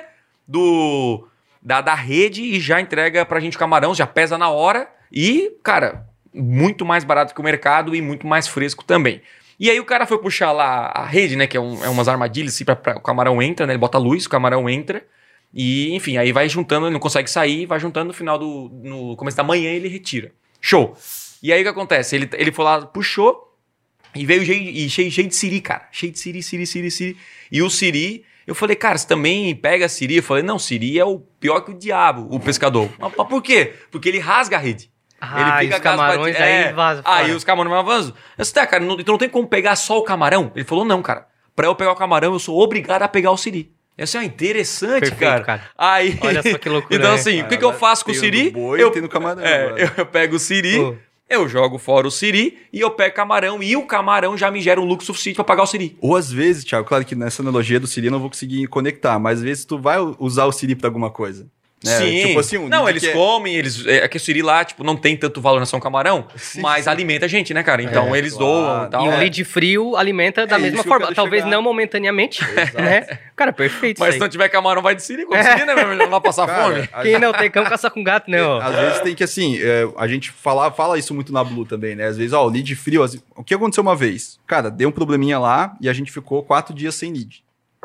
da rede e já entrega pra gente o camarão, já pesa na hora e, cara, muito mais barato que o mercado e muito mais fresco também. E aí o cara foi puxar lá a rede, né? Que é umas armadilhas, assim, o camarão entra, né? Ele bota a luz, o camarão entra e, enfim, aí vai juntando, ele não consegue sair, vai juntando no final no começo da manhã ele retira. Show! E aí o que acontece? Ele foi lá, puxou, e veio cheio de siri, cara. Cheio de siri. E o siri, eu falei, cara, você também pega siri? Eu falei, não, siri é o pior que o diabo, o pescador. Mas por quê? Porque ele rasga a rede. Ele fica os camarões aí vazam. Aí os camarões vazam. Eu disse, cara, então não tem como pegar só o camarão? Ele falou, não, cara. Pra eu pegar o camarão, eu sou obrigado a pegar o siri. Isso é interessante, perfeito, cara. Aí, olha só que loucura. Então assim, o que eu faço com o siri? Eu tenho no camarão. Eu pego o siri... Eu jogo fora o siri e eu pego camarão e o camarão já me gera um lucro suficiente para pagar o siri. Ou às vezes, Thiago, claro que nessa analogia do siri eu não vou conseguir conectar, mas às vezes tu vai usar o siri para alguma coisa. Né? Sim. Tipo assim, não, eles comem, é que o siri lá, tipo, não tem tanto valorização camarão, mas alimenta a gente, né, cara? Então eles doam e tal. E um lead frio alimenta da mesma forma. Talvez não momentaneamente, né? Cara, perfeito. Mas se não tiver camarão, vai de siri com siri, né, meu? Não vai passar fome. Quem não tem cão, caça com gato, né? Às vezes tem que, assim, a gente fala isso muito na Blue também, né? Às vezes, o lead frio, o que aconteceu uma vez? Cara, deu um probleminha lá e a gente ficou 4 dias sem lead.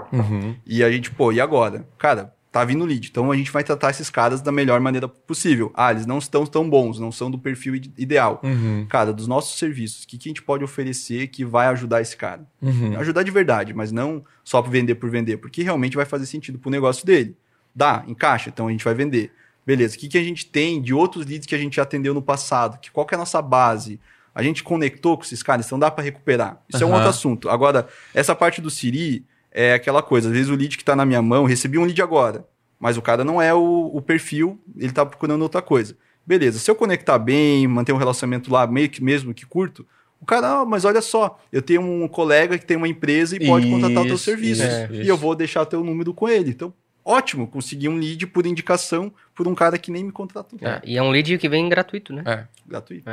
E a gente, e agora? Cara, tá vindo lead. Então a gente vai tratar esses caras da melhor maneira possível. Eles não estão tão bons, não são do perfil ideal. Cara, dos nossos serviços, o que a gente pode oferecer que vai ajudar esse cara? Ajudar de verdade, mas não só vender por vender, porque realmente vai fazer sentido pro negócio dele. Encaixa, então a gente vai vender. Beleza, o que a gente tem de outros leads que a gente já atendeu no passado? Qual que é a nossa base? A gente conectou com esses caras, então dá para recuperar. Isso é um outro assunto. Agora, essa parte do Siri é aquela coisa. Às vezes o lead que tá na minha mão, recebi um lead agora, mas o cara não é o perfil, ele tá procurando outra coisa. Beleza, se eu conectar bem, manter um relacionamento lá, mesmo que curto, o cara, mas olha só, eu tenho um colega que tem uma empresa e pode contratar o teu serviço. E eu vou deixar teu número com ele. Então, ótimo, consegui um lead por indicação por um cara que nem me contratou. E é um lead que vem gratuito, né? Gratuito.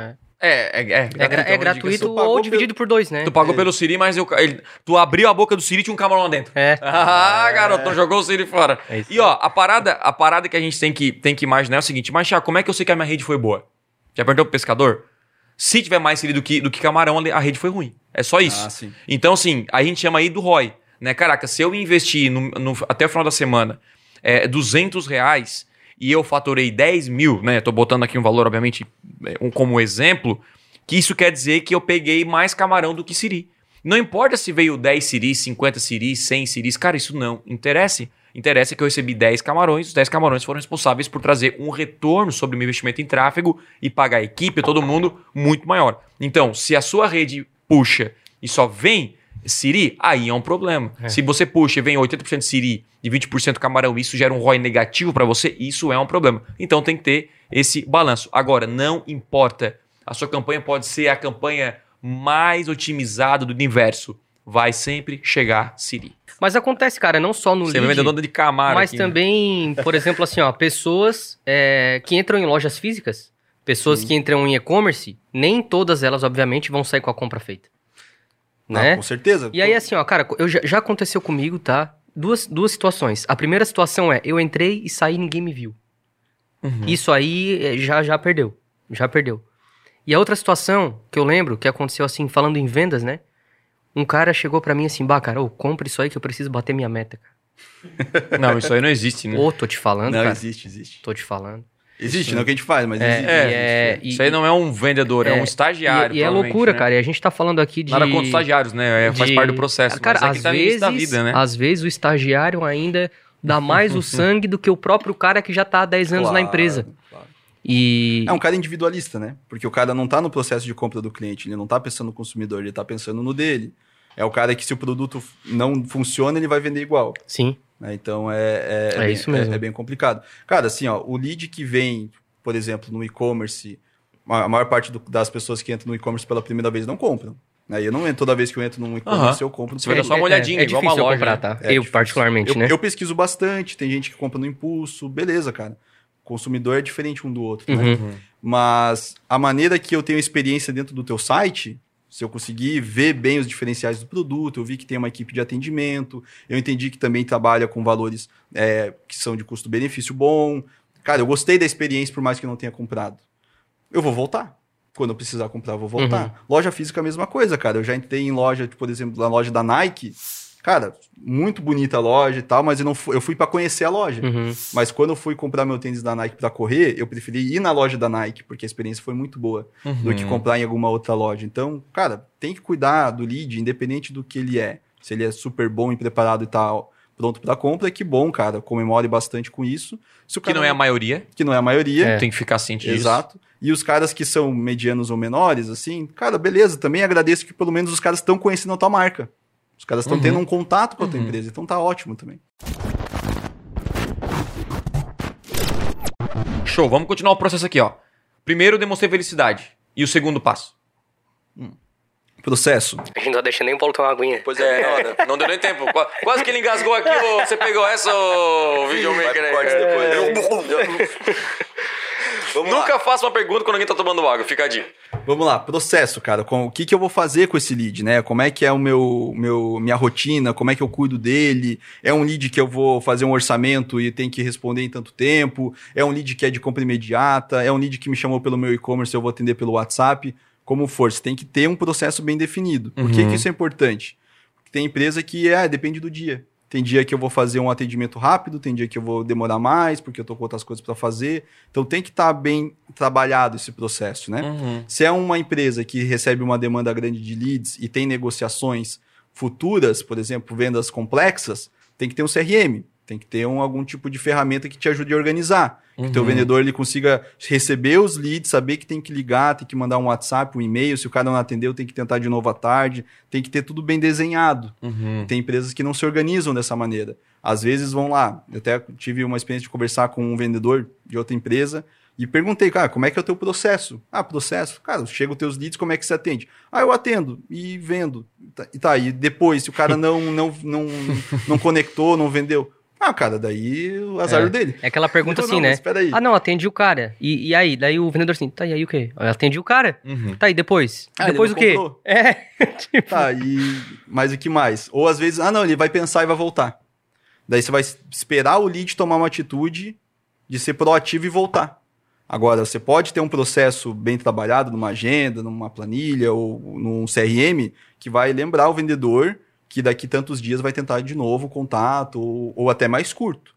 É gratuito ou dividido por 2, né? Tu pagou pelo Siri, mas tu abriu a boca do Siri e tinha um camarão lá dentro. Garoto, não jogou o Siri fora. E ó, a parada que a gente tem que imaginar é o seguinte, mas Thiago, como é que eu sei que a minha rede foi boa? Já perguntou pro pescador? Se tiver mais Siri do que camarão, a rede foi ruim. É só isso. Sim. Então, assim, a gente chama aí do ROI. Né? Caraca, se eu investir até o final da semana R$200 e eu faturei 10 mil, né? Tô botando aqui um valor, obviamente, como exemplo, que isso quer dizer que eu peguei mais camarão do que siri. Não importa se veio 10 siris, 50 siris, 100 siris, cara, isso não interessa. Interessa que eu recebi 10 camarões, os 10 camarões foram responsáveis por trazer um retorno sobre o meu investimento em tráfego e pagar a equipe, todo mundo, muito maior. Então, se a sua rede puxa e só vem siri, aí é um problema. Se você puxa e vem 80% siri e 20% camarão, isso gera um ROI negativo para você, isso é um problema. Então tem que ter esse balanço. Agora, não importa, a sua campanha pode ser a campanha mais otimizada do universo. Vai sempre chegar siri. Mas acontece, cara, não só no lead, Você vai vendendo de Camaro mas aqui, também, né? Por exemplo, assim, ó, pessoas que entram em lojas físicas, pessoas que entram em e-commerce, nem todas elas, obviamente, vão sair com a compra feita. Né? Com certeza. E aí, assim, ó, cara, já aconteceu comigo, tá? Duas situações. A primeira situação é, eu entrei e saí e ninguém me viu. Isso aí já perdeu. Já perdeu. E a outra situação que eu lembro, que aconteceu assim, falando em vendas, né? Um cara chegou pra mim assim, cara, compra isso aí que eu preciso bater minha meta, cara. Não, isso aí não existe, né? Tô te falando, não, cara. Existe. Tô te falando. Existe, não é o que a gente faz, mas existe. Isso aí não é um vendedor, é um estagiário. E é loucura, né? Cara. E a gente tá falando aqui de... Nada contra os estagiários, né? Faz parte do processo. Cara, mas às vezes, da vida, né? Às vezes o estagiário ainda dá mais o sangue do que o próprio cara que já tá há 10 anos na empresa. Claro. E... É um cara individualista, né? Porque o cara não tá no processo de compra do cliente, ele não tá pensando no consumidor, ele tá pensando no dele. É o cara que, se o produto não funciona, ele vai vender igual. Sim. Então é isso mesmo. É bem complicado. Cara, assim, ó, o lead que vem, por exemplo, no e-commerce, a maior parte das pessoas que entram no e-commerce pela primeira vez não compram. Né? Eu não entro toda vez que eu entro num e-commerce, eu compro. Você vai dar só uma olhadinha, igual uma loja. Comprar, tá? Eu, particularmente, né? Eu pesquiso bastante, tem gente que compra no impulso, beleza, cara. O consumidor é diferente um do outro, né? Mas a maneira que eu tenho experiência dentro do teu site, se eu conseguir ver bem os diferenciais do produto, eu vi que tem uma equipe de atendimento, eu entendi que também trabalha com valores que são de custo-benefício bom. Cara, eu gostei da experiência, por mais que eu não tenha comprado. Eu vou voltar. Quando eu precisar comprar, eu vou voltar. Loja física é a mesma coisa, cara. Eu já entrei em loja, por exemplo, na loja da Nike. Cara, muito bonita a loja e tal, mas eu fui para conhecer a loja. Mas quando eu fui comprar meu tênis da Nike para correr, eu preferi ir na loja da Nike, porque a experiência foi muito boa, do que comprar em alguma outra loja. Então, cara, tem que cuidar do lead, independente do que ele é. Se ele é super bom e preparado e tal, pronto para compra, que bom, cara. Comemore bastante com isso. Se o cara que não é a maioria. Que não é a maioria. Tem que ficar ciente disso. Exato. E os caras que são medianos ou menores, assim, cara, beleza. Também agradeço que pelo menos os caras estão conhecendo a tua marca. Os caras estão tendo um contato com a tua empresa, então tá ótimo também. Show, vamos continuar o processo aqui, ó. Primeiro, demonstrei felicidade. E o segundo passo? Processo. A gente não deixa nem o Paulo tomar uma aguinha. Pois é, não deu nem tempo. Quase que ele engasgou aqui, você pegou essa, ô videomaker aí. Nunca faça uma pergunta quando alguém tá tomando água, fica a dica. Vamos lá, processo, cara. O que eu vou fazer com esse lead, né? Como é que é minha rotina, como é que eu cuido dele? É um lead que eu vou fazer um orçamento e tem que responder em tanto tempo? É um lead que é de compra imediata? É um lead que me chamou pelo meu e-commerce e eu vou atender pelo WhatsApp? Como for, você tem que ter um processo bem definido. Por que isso é importante? Porque tem empresa que depende do dia. Tem dia que eu vou fazer um atendimento rápido, tem dia que eu vou demorar mais, porque eu tô com outras coisas para fazer. Então tem que estar bem trabalhado esse processo, né? Se é uma empresa que recebe uma demanda grande de leads e tem negociações futuras, por exemplo, vendas complexas, tem que ter um CRM, tem que ter algum tipo de ferramenta que te ajude a organizar. Que o teu vendedor ele consiga receber os leads, saber que tem que ligar, tem que mandar um WhatsApp, um e-mail. Se o cara não atendeu, tem que tentar de novo à tarde. Tem que ter tudo bem desenhado. Tem empresas que não se organizam dessa maneira. Às vezes vão lá. Eu até tive uma experiência de conversar com um vendedor de outra empresa e perguntei, cara, como é que é o teu processo? Processo? Cara, chega os teus leads, como é que você atende? Eu atendo e vendo. E depois, se o cara não conectou, não vendeu... cara, daí o azar dele. É aquela pergunta assim, né? Não, atendi o cara. E aí? Daí o vendedor assim, tá, e aí o quê? Eu atendi o cara. Tá, e depois? Depois o quê? Comprou. Tipo... Tá, mas o que mais? Ou às vezes, não, ele vai pensar e vai voltar. Daí você vai esperar o lead tomar uma atitude de ser proativo e voltar. Agora, você pode ter um processo bem trabalhado numa agenda, numa planilha ou num CRM que vai lembrar o vendedor que daqui tantos dias vai tentar de novo o contato ou até mais curto.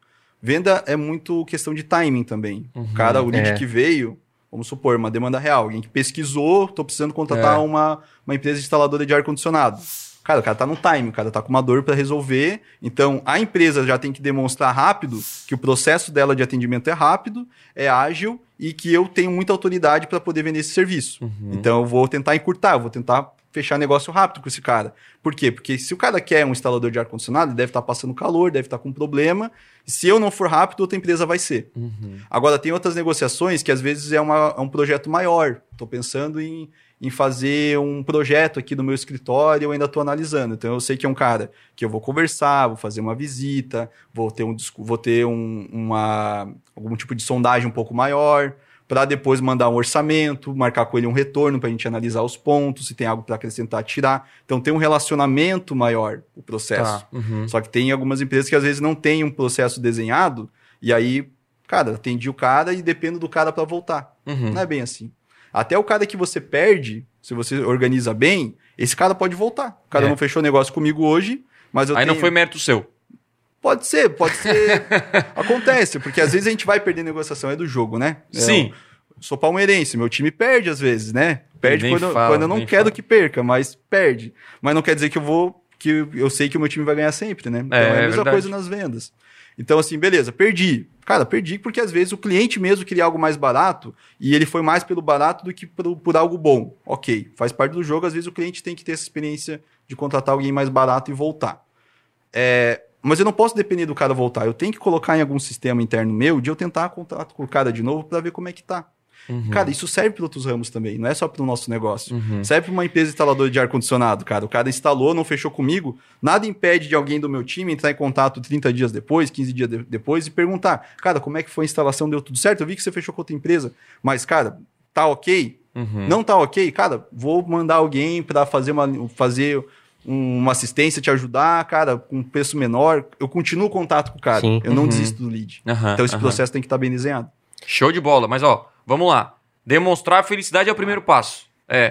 Venda é muito questão de timing também. O lead que veio, vamos supor, uma demanda real. Alguém que pesquisou, tô precisando contratar uma empresa instaladora de ar-condicionado. Cara, o cara tá no time, o cara tá com uma dor para resolver. Então, a empresa já tem que demonstrar rápido que o processo dela de atendimento é rápido, é ágil e que eu tenho muita autoridade para poder vender esse serviço. Então, eu vou tentar encurtar, eu vou tentar fechar negócio rápido com esse cara. Por quê? Porque se o cara quer um instalador de ar-condicionado, ele deve estar passando calor, deve estar com problema. Se eu não for rápido, outra empresa vai ser. Agora, tem outras negociações que às vezes é um projeto maior. Estou pensando em fazer um projeto aqui no meu escritório, eu ainda estou analisando. Então, eu sei que é um cara que eu vou conversar, vou fazer uma visita, vou ter algum tipo de sondagem um pouco maior, para depois mandar um orçamento, marcar com ele um retorno para a gente analisar os pontos, se tem algo para acrescentar, tirar. Então, tem um relacionamento maior o processo. Só que tem algumas empresas que às vezes não tem um processo desenhado, e aí, cara, atendi o cara e dependo do cara para voltar. Não é bem assim. Até o cara que você perde, se você organiza bem, esse cara pode voltar. O cara não fechou negócio comigo hoje, mas eu não foi mérito seu. Pode ser. Acontece, porque às vezes a gente vai perder negociação, é do jogo, né? Sim. Eu sou palmeirense, meu time perde às vezes, né? Perde quando eu não quero que perca, mas perde. Mas não quer dizer que eu sei que o meu time vai ganhar sempre, né? Então é a mesma coisa nas vendas. Então, assim, beleza, perdi. Cara, perdi porque às vezes o cliente mesmo queria algo mais barato e ele foi mais pelo barato do que por algo bom. Ok, faz parte do jogo, às vezes o cliente tem que ter essa experiência de contratar alguém mais barato e voltar. Mas eu não posso depender do cara voltar, eu tenho que colocar em algum sistema interno meu de eu tentar contato com o cara de novo para ver como é que tá. Cara, isso serve para outros ramos também, não é só para o nosso negócio. Serve para uma empresa instaladora de ar-condicionado, cara. O cara instalou, não fechou comigo, nada impede de alguém do meu time entrar em contato 30 dias depois, 15 dias depois e perguntar, cara, como é que foi a instalação, deu tudo certo? Eu vi que você fechou com outra empresa, mas, cara, tá ok? Não tá ok? Cara, vou mandar alguém para fazer uma assistência, te ajudar, cara, com um preço menor. Eu continuo o contato com o cara, eu não desisto do lead. Então esse processo tem que estar bem desenhado. Show de bola, mas vamos lá. Demonstrar a felicidade é o primeiro passo.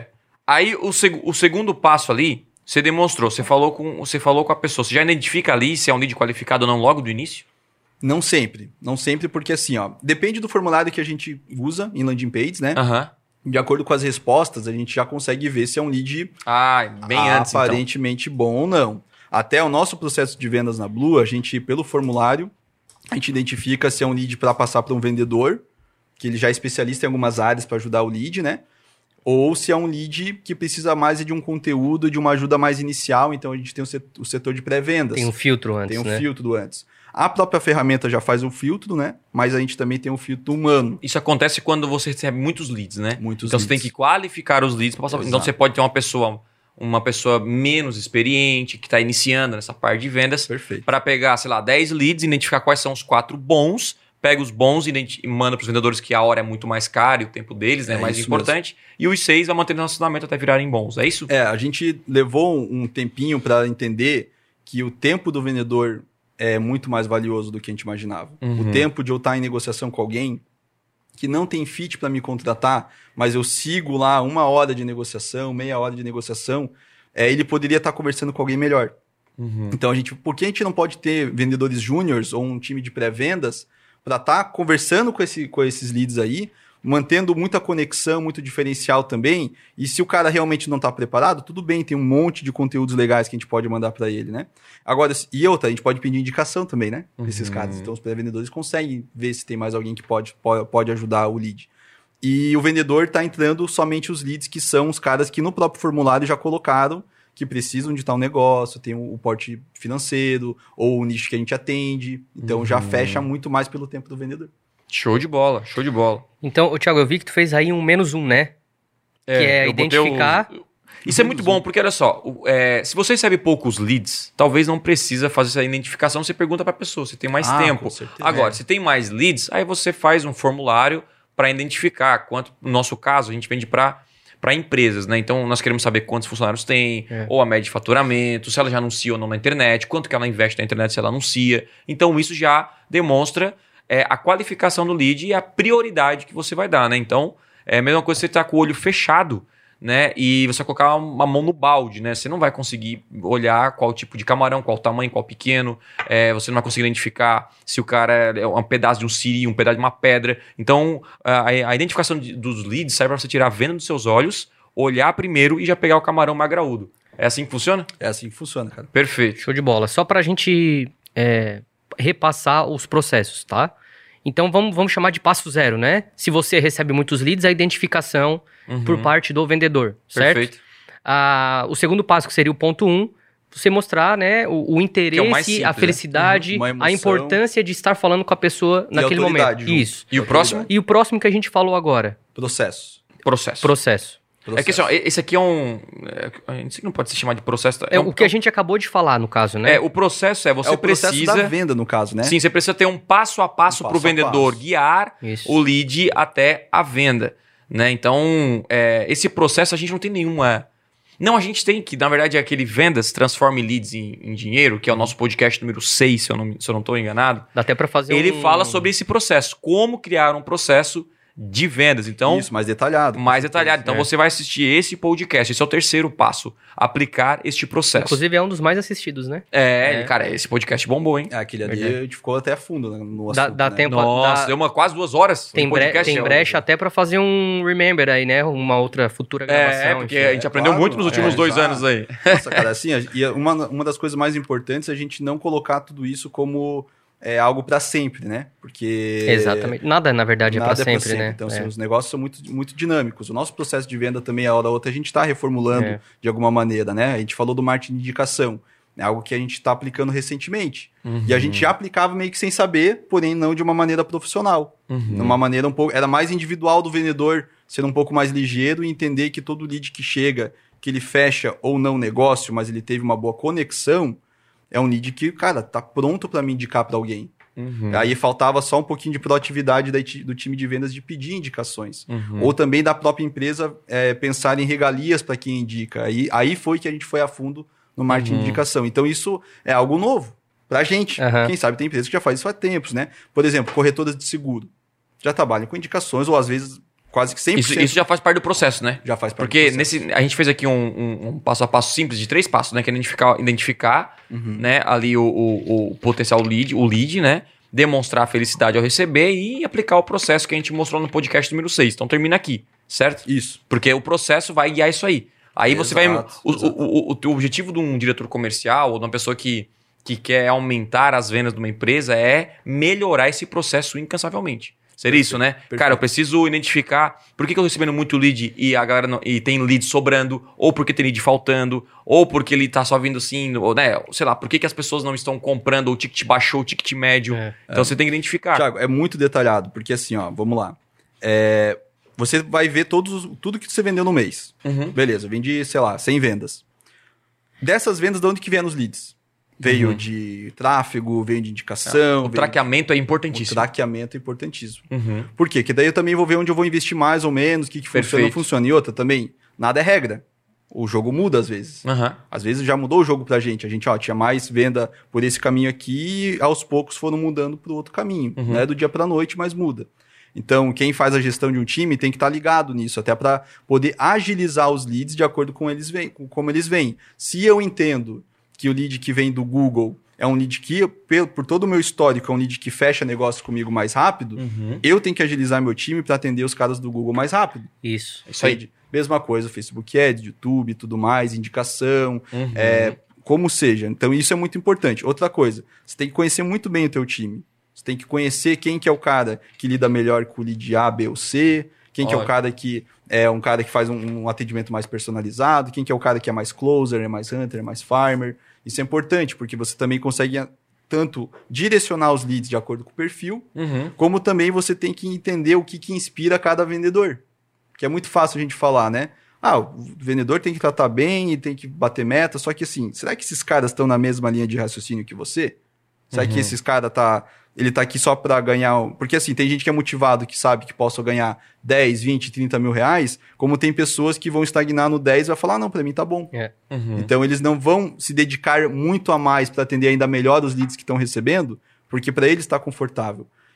Aí o segundo passo ali, você demonstrou, você falou com a pessoa. Você já identifica ali se é um lead qualificado ou não logo do início? Não sempre. Não sempre, porque assim, depende do formulário que a gente usa em landing pages, né? De acordo com as respostas, a gente já consegue ver se é um lead bem antes, aparentemente bom ou não. Até o nosso processo de vendas na Blue, a gente, pelo formulário, a gente identifica se é um lead para passar para um vendedor, que ele já é especialista em algumas áreas para ajudar o lead, né? Ou se é um lead que precisa mais de um conteúdo, de uma ajuda mais inicial, então a gente tem o setor de pré-vendas. Tem um filtro antes, Tem um filtro antes. A própria ferramenta já faz um filtro, né? Mas a gente também tem um filtro humano. Isso acontece quando você recebe muitos leads, né? Muitos então leads. Você tem que qualificar os leads para passar. Então você pode ter uma pessoa menos experiente, que está iniciando nessa parte de vendas. Perfeito. Para pegar, 10 leads, identificar quais são os 4 bons, pega os bons e manda para os vendedores que a hora é muito mais cara e o tempo deles é mais importante. Mesmo. E os 6 vai manter no relacionamento até virarem bons. É isso? A gente levou um tempinho para entender que o tempo do vendedor é muito mais valioso do que a gente imaginava. O tempo de eu estar em negociação com alguém que não tem fit para me contratar, mas eu sigo lá 1 hora de negociação, meia hora de negociação, ele poderia estar conversando com alguém melhor. Então, por que a gente não pode ter vendedores júniors ou um time de pré-vendas para estar conversando com esses leads aí, mantendo muita conexão, muito diferencial também, e se o cara realmente não está preparado, tudo bem, tem um monte de conteúdos legais que a gente pode mandar para ele, né? Agora, e outra, a gente pode pedir indicação também, né? Esses caras, então os pré-vendedores conseguem ver se tem mais alguém que pode ajudar o lead. E o vendedor está entrando somente os leads que são os caras que no próprio formulário já colocaram que precisam de tal negócio, tem o porte financeiro, ou o nicho que a gente atende, então já fecha muito mais pelo tempo do vendedor. Show de bola, show de bola. Então, Thiago, eu vi que tu fez aí um -1, né? Que é identificar... Isso é muito bom, porque olha só, se você recebe poucos leads, talvez não precisa fazer essa identificação, você pergunta para a pessoa, você tem mais tempo. Agora, se tem mais leads, aí você faz um formulário para identificar quanto, no nosso caso, a gente vende para empresas, né? Então, nós queremos saber quantos funcionários tem, ou a média de faturamento, se ela já anuncia ou não na internet, quanto que ela investe na internet se ela anuncia. Então, isso já demonstra a qualificação do lead e a prioridade que você vai dar, né? Então, é a mesma coisa que você estar com o olho fechado né? E você vai colocar uma mão no balde, né? Você não vai conseguir olhar qual tipo de camarão, qual tamanho, qual pequeno. Você não vai conseguir identificar se o cara é um pedaço de um siri, um pedaço de uma pedra. Então, a identificação dos leads serve para você tirar a venda dos seus olhos, olhar primeiro e já pegar o camarão mais graúdo. É assim que funciona? É assim que funciona, cara. Perfeito. Show de bola. Só pra gente repassar os processos, tá? Então, vamos chamar de passo zero, né? Se você recebe muitos leads, a identificação por parte do vendedor, certo? Perfeito. O segundo passo, que seria o ponto 1, você mostrar, né, o interesse, simples, a felicidade, a importância de estar falando com a pessoa naquele momento. Junto. Isso. E o próximo? E o próximo que a gente falou agora? Processo. É que assim, ó, esse aqui é um... Isso aqui não pode se chamar de processo. O que a gente acabou de falar, no caso, né? O processo você o processo da venda, no caso, né? Sim, você precisa ter um passo a passo para o vendedor guiar o lead até a venda, né? Então, esse processo a gente não tem nenhuma... Não, a gente tem que, na verdade, é aquele Vendas Transforme Leads em Dinheiro, que é o nosso podcast número 6, se eu não estou enganado. Dá até para fazer Ele fala sobre esse processo, como criar um processo de vendas. Então, isso, mais detalhado. Então, você vai assistir esse podcast. Esse é o terceiro passo. Aplicar este processo. Inclusive, é um dos mais assistidos, né? Cara, esse podcast bombou, hein? Aquele ali a gente ficou até fundo no assunto, dá né? tempo. Nossa, deu quase 2 horas. Tem brecha até pra fazer um remember aí, né? Uma outra futura gravação. Porque a gente aprendeu muito nos últimos 2 anos aí. Nossa, cara, assim, uma das coisas mais importantes é a gente não colocar tudo isso como... algo para sempre, né? Porque... Exatamente. Nada, na verdade, é para sempre, né? Então, assim, os negócios são muito, muito dinâmicos. O nosso processo de venda também, a hora da outra, a gente está reformulando de alguma maneira, né? A gente falou do marketing de indicação. É algo que a gente está aplicando recentemente. E a gente já aplicava meio que sem saber, porém não de uma maneira profissional. Numa maneira um pouco... Era mais individual do vendedor ser um pouco mais ligeiro e entender que todo lead que chega, que ele fecha ou não negócio, mas ele teve uma boa conexão, é um lead que, cara, tá pronto para me indicar para alguém. Aí faltava só um pouquinho de proatividade do time de vendas de pedir indicações. Ou também da própria empresa pensar em regalias para quem indica. Aí foi que a gente foi a fundo no marketing de indicação. Então isso é algo novo pra gente. Quem sabe tem empresas que já faz isso há tempos, né? Por exemplo, corretoras de seguro. Já trabalham com indicações ou às vezes... Quase que 100%. Isso já faz parte do processo, né? Já faz parte do processo. Porque a gente fez aqui um passo a passo simples de 3 passos, né? Que é identificar né, ali o potencial lead, né? Demonstrar a felicidade ao receber e aplicar o processo que a gente mostrou no podcast número 6. Então termina aqui, certo? Isso. Porque o processo vai guiar isso aí. Aí você vai... O objetivo de um diretor comercial ou de uma pessoa que quer aumentar as vendas de uma empresa é melhorar esse processo incansavelmente. Seria isso, né? Perfeito. Cara, eu preciso identificar por que eu tô recebendo muito lead e a galera e tem lead sobrando, ou porque tem lead faltando, ou porque ele tá só vindo assim, ou, né? Sei lá, por que as pessoas não estão comprando, ou o ticket baixou, o ticket médio. Então você tem que identificar. Thiago, é muito detalhado, porque assim, ó, vamos lá. Você vai ver tudo que você vendeu no mês. Beleza, vendi, sei lá, 100 vendas. Dessas vendas, de onde que vem os leads? Veio de tráfego, veio de indicação. O traqueamento é importantíssimo. O traqueamento é importantíssimo. Por quê? Porque daí eu também vou ver onde eu vou investir mais ou menos, o que funciona ou não funciona. E outra também, nada é regra. O jogo muda às vezes. Às vezes já mudou o jogo pra gente. A gente tinha mais venda por esse caminho aqui e aos poucos foram mudando pro outro caminho. Não é do dia pra noite, mas muda. Então, quem faz a gestão de um time tem que estar ligado nisso, até para poder agilizar os leads de acordo com como eles vêm. Se eu entendo que o lead que vem do Google é um lead que, por todo o meu histórico, é um lead que fecha negócio comigo mais rápido, eu tenho que agilizar meu time para atender os caras do Google mais rápido. Isso aí. Mesma coisa, Facebook Ads, YouTube, tudo mais, indicação, como seja. Então, isso é muito importante. Outra coisa, você tem que conhecer muito bem o teu time. Você tem que conhecer quem que é o cara que lida melhor com o lead A, B ou C, quem que é o cara que é um cara que faz um atendimento mais personalizado, quem que é o cara que é mais closer, é mais hunter, é mais farmer. Isso é importante, porque você também consegue tanto direcionar os leads de acordo com o perfil, como também você tem que entender o que inspira cada vendedor. Que é muito fácil a gente falar, né? O vendedor tem que tratar bem e tem que bater meta, só que assim, será que esses caras estão na mesma linha de raciocínio que você? Será que esses caras ele tá aqui só pra ganhar... Porque assim, tem gente que é motivado, que sabe que possa ganhar 10, 20, 30 mil reais, como tem pessoas que vão estagnar no 10 e vai falar, não, pra mim tá bom. Então eles não vão se dedicar muito a mais pra atender ainda melhor os leads que estão recebendo, porque pra eles tá confortável.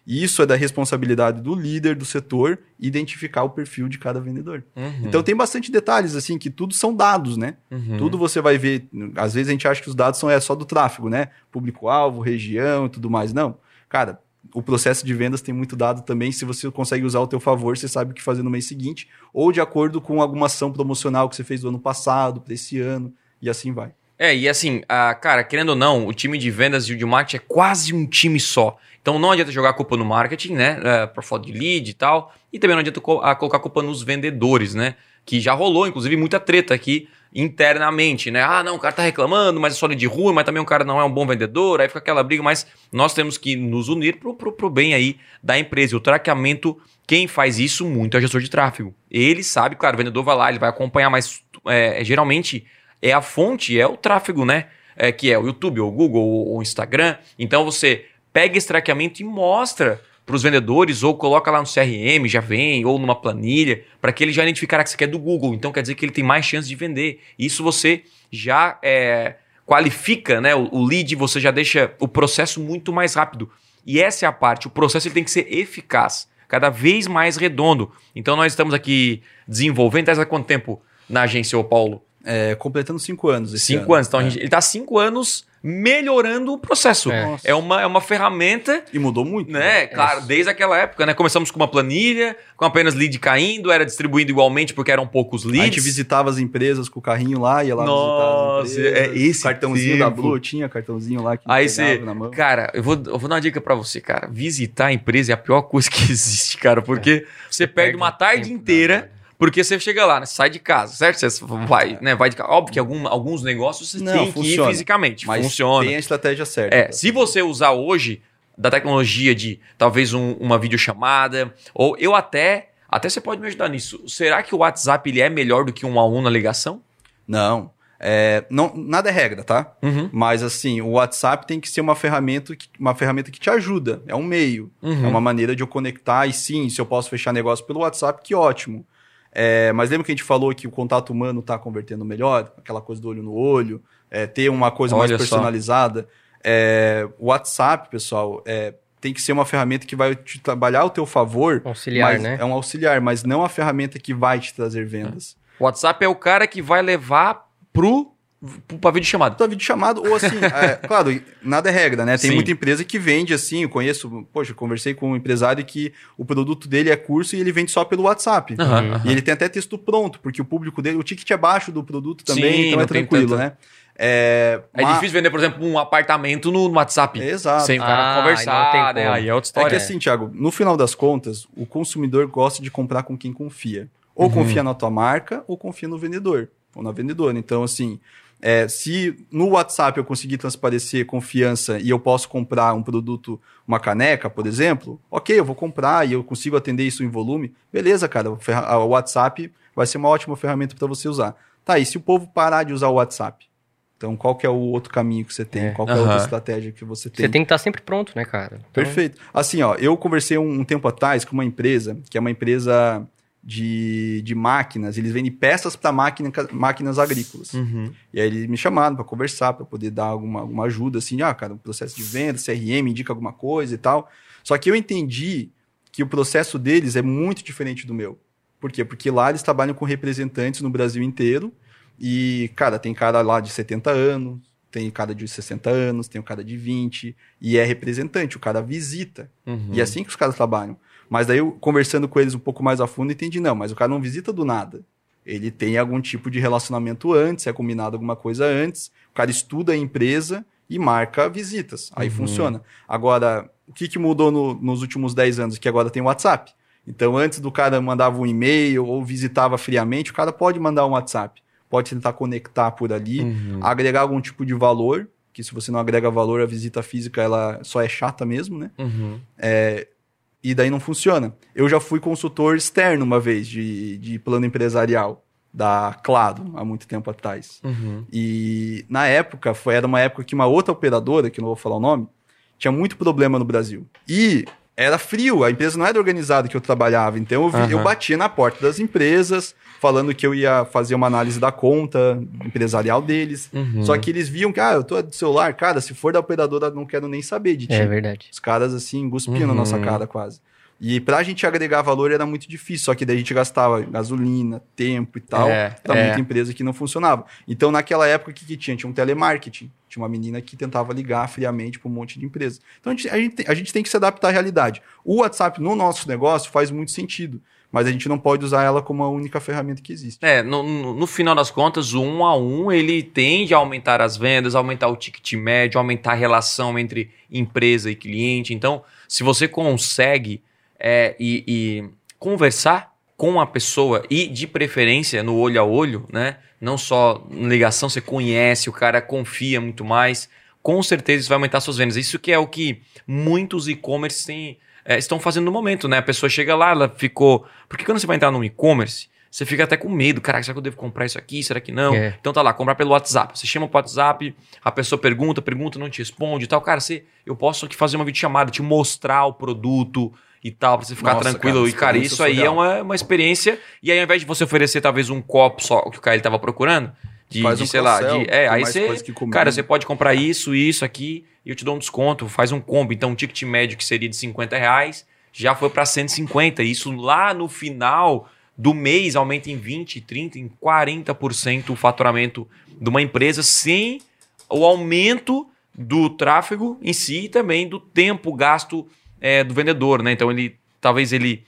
E isso é da responsabilidade do líder do setor identificar o perfil de cada vendedor. Então tem bastante detalhes, assim, que tudo são dados, né? Tudo você vai ver. Às vezes a gente acha que os dados são só do tráfego, né? Público-alvo, região e tudo mais. Não. Cara, o processo de vendas tem muito dado também. Se você consegue usar ao teu favor, você sabe o que fazer no mês seguinte. Ou de acordo com alguma ação promocional que você fez do ano passado, para esse ano, e assim vai. E assim, cara, querendo ou não, o time de vendas e o de marketing é quase um time só. Então não adianta jogar a culpa no marketing, né? Por falta de lead e tal. E também não adianta colocar a culpa nos vendedores, né? Que já rolou, inclusive, muita treta aqui internamente, né? Não, o cara tá reclamando, mas é só lead ruim, mas também o cara não é um bom vendedor, aí fica aquela briga, mas nós temos que nos unir pro bem aí da empresa. E o traqueamento, quem faz isso muito é o gestor de tráfego. Ele sabe, claro, o vendedor vai lá, ele vai acompanhar, mas geralmente a fonte é o tráfego, né? Que é o YouTube, ou o Google, ou o Instagram. Então você pega esse traqueamento e mostra para os vendedores, ou coloca lá no CRM, já vem, ou numa planilha, para que ele já identificar que isso aqui é do Google. Então quer dizer que ele tem mais chance de vender. Isso você já qualifica, né? O lead, você já deixa o processo muito mais rápido. E essa é a parte, o processo ele tem que ser eficaz, cada vez mais redondo. Então nós estamos aqui desenvolvendo, há quanto tempo na agência, ô Paulo? Completando 5 anos. 5 anos. Então ele está 5 anos melhorando o processo. É uma ferramenta. E mudou muito. Né? Claro, desde aquela época, né? Começamos com uma planilha, com apenas lead caindo, era distribuído igualmente porque eram poucos leads. A gente visitava as empresas com o carrinho lá, ia lá visitar as empresas. Esse cartãozinho da Blue, tinha cartãozinho lá que aí você, na mão. Cara, eu vou dar uma dica pra você, cara. Visitar a empresa é a pior coisa que existe, cara, porque você perde uma tarde inteira. Porque você chega lá, né? Você sai de casa, certo? Você vai, né? Vai de casa. Óbvio que alguns negócios você tem que ir fisicamente. Mas funciona. Tem a estratégia certa. Se você usar hoje da tecnologia de talvez uma videochamada, ou eu até você pode me ajudar nisso. Será que o WhatsApp ele é melhor do que um a um na ligação? Não. Nada é regra, tá? Mas assim, o WhatsApp tem que ser uma ferramenta que te ajuda. É um meio. É uma maneira de eu conectar. E sim, se eu posso fechar negócio pelo WhatsApp, que ótimo. Mas lembra que a gente falou que o contato humano está convertendo melhor? Aquela coisa do olho no olho, ter uma coisa mais personalizada. O WhatsApp, pessoal, tem que ser uma ferramenta que vai te trabalhar ao teu favor. Auxiliar, né? É um auxiliar, mas não a ferramenta que vai te trazer vendas. O WhatsApp é o cara que vai levar pra videochamada. Pra videochamada, ou assim, claro, nada é regra, né? Tem muita empresa que vende assim, eu conversei com um empresário que o produto dele é curso e ele vende só pelo WhatsApp. E ele tem até texto pronto, porque o público dele, o ticket é baixo do produto também, então é tranquilo, né? É difícil vender, por exemplo, um apartamento no WhatsApp. Exato. Sem o cara conversar, né? Aí é outra história. É que assim, Thiago, no final das contas, o consumidor gosta de comprar com quem confia. Ou confia na tua marca, ou confia no vendedor, ou na vendedora. Então, assim, se no WhatsApp eu conseguir transparecer confiança e eu posso comprar um produto, uma caneca, por exemplo, ok, eu vou comprar e eu consigo atender isso em volume, beleza, cara, o WhatsApp vai ser uma ótima ferramenta para você usar. Tá, e se o povo parar de usar o WhatsApp? Então, qual que é o outro caminho que você tem? Qual que é a outra estratégia que você tem? Você tem que estar sempre pronto, né, cara? Então... Perfeito. Assim, eu conversei um tempo atrás com uma empresa, que é uma empresa de máquinas, eles vendem peças para máquinas agrícolas. E aí eles me chamaram para conversar, para poder dar alguma ajuda, assim, cara, o processo de venda, CRM, indica alguma coisa e tal. Só que eu entendi que o processo deles é muito diferente do meu. Por quê? Porque lá eles trabalham com representantes no Brasil inteiro e, cara, tem cara lá de 70 anos, tem cara de 60 anos, tem um cara de 20 e é representante, o cara visita. E é assim que os caras trabalham. Mas daí, eu, conversando com eles um pouco mais a fundo, entendi, não, mas o cara não visita do nada. Ele tem algum tipo de relacionamento antes, é combinado alguma coisa antes, o cara estuda a empresa e marca visitas. Aí funciona. Agora, o que mudou nos últimos 10 anos? Que agora tem o WhatsApp. Então, antes do cara mandava um e-mail ou visitava friamente, o cara pode mandar um WhatsApp. Pode tentar conectar por ali, agregar algum tipo de valor, que se você não agrega valor, a visita física ela só é chata mesmo, né? E daí não funciona. Eu já fui consultor externo uma vez de plano empresarial da Claro, há muito tempo atrás. E na época, era uma época que uma outra operadora, que eu não vou falar o nome, tinha muito problema no Brasil. E era frio, a empresa não era organizada que eu trabalhava. Então eu batia na porta das empresas, falando que eu ia fazer uma análise da conta empresarial deles. Só que eles viam que, eu tô do celular, cara, se for da operadora, não quero nem saber de ti. É verdade. Os caras, assim, cuspiam na nossa cara quase. E pra gente agregar valor era muito difícil, só que daí a gente gastava gasolina, tempo e tal, pra muita empresa que não funcionava. Então, naquela época, o que tinha? Tinha um telemarketing, tinha uma menina que tentava ligar friamente pra um monte de empresa. Então, a gente tem que se adaptar à realidade. O WhatsApp, no nosso negócio, faz muito sentido, mas a gente não pode usar ela como a única ferramenta que existe. No final das contas, o 1 a 1, ele tende a aumentar as vendas, aumentar o ticket médio, aumentar a relação entre empresa e cliente. Então, se você consegue... e conversar com a pessoa e, de preferência, no olho a olho, né? Não só na ligação, você conhece, o cara confia muito mais, com certeza isso vai aumentar suas vendas. Isso que é o que muitos e-commerce estão fazendo no momento, né? A pessoa chega lá, ela ficou... Porque quando você vai entrar no e-commerce, você fica até com medo. Caraca, será que eu devo comprar isso aqui? Será que não? Então tá lá, comprar pelo WhatsApp. Você chama pro WhatsApp, a pessoa pergunta, não te responde e tal. Cara, eu posso aqui fazer uma videochamada, te mostrar o produto... e tal, pra você ficar tranquilo. Cara, e, cara, isso aí é uma experiência. E aí, ao invés de você oferecer, talvez, um copo só, o que o cara tava procurando, aí você pode comprar isso, aqui, e eu te dou um desconto, faz um combo. Então, um ticket médio que seria de R$50, já foi para 150. E isso lá no final do mês aumenta em 20%, 30%, em 40% o faturamento de uma empresa, sem o aumento do tráfego em si e também do tempo gasto do vendedor, né? Então, talvez ele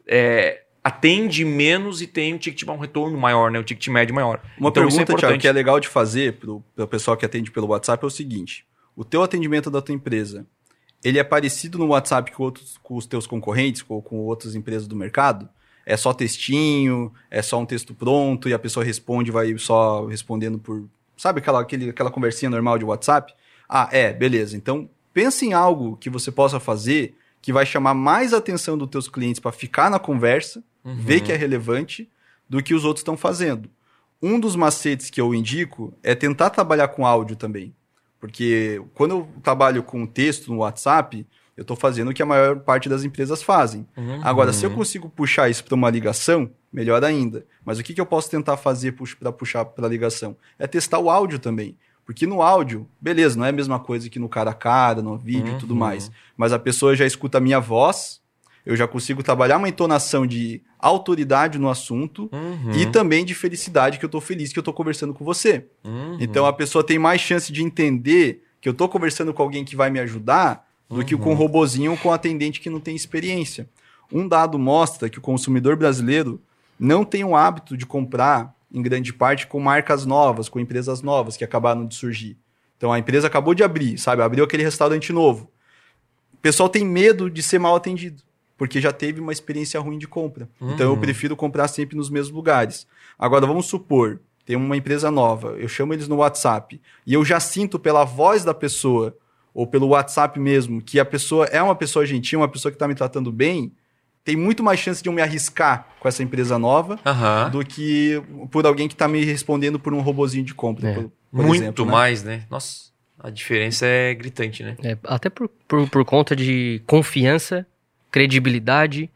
atende menos e tem um retorno maior, né? Um ticket médio maior. Uma pergunta, Thiago, que é legal de fazer para o pessoal que atende pelo WhatsApp é o seguinte: o teu atendimento da tua empresa, ele é parecido no WhatsApp com os teus concorrentes, ou com outras empresas do mercado? É só textinho, é só um texto pronto e a pessoa responde, vai só respondendo por... Sabe aquela conversinha normal de WhatsApp? Beleza. Então, pensa em algo que você possa fazer que vai chamar mais a atenção dos teus clientes para ficar na conversa, ver que é relevante, do que os outros estão fazendo. Um dos macetes que eu indico é tentar trabalhar com áudio também. Porque quando eu trabalho com texto no WhatsApp, eu estou fazendo o que a maior parte das empresas fazem. Agora, se eu consigo puxar isso para uma ligação, melhor ainda. Mas o que eu posso tentar fazer para puxar para a ligação? É testar o áudio também. Porque no áudio, beleza, não é a mesma coisa que no cara a cara, no vídeo e tudo mais. Mas a pessoa já escuta a minha voz, eu já consigo trabalhar uma entonação de autoridade no assunto e também de felicidade, que eu tô feliz que eu tô conversando com você. Então a pessoa tem mais chance de entender que eu tô conversando com alguém que vai me ajudar do que com um robozinho ou com um atendente que não tem experiência. Um dado mostra que o consumidor brasileiro não tem o hábito de comprar em grande parte com marcas novas, com empresas novas que acabaram de surgir. Então a empresa acabou de abrir, abriu aquele restaurante novo. O pessoal tem medo de ser mal atendido, porque já teve uma experiência ruim de compra. Então eu prefiro comprar sempre nos mesmos lugares. Agora vamos supor, tem uma empresa nova, eu chamo eles no WhatsApp, e eu já sinto pela voz da pessoa, ou pelo WhatsApp mesmo, que a pessoa é uma pessoa gentil, uma pessoa que está me tratando bem, tem muito mais chance de eu me arriscar com essa empresa nova do que por alguém que está me respondendo por um robozinho de compra, por muito exemplo, mais, né? Nossa, a diferença é gritante, né? Até por conta de confiança, credibilidade.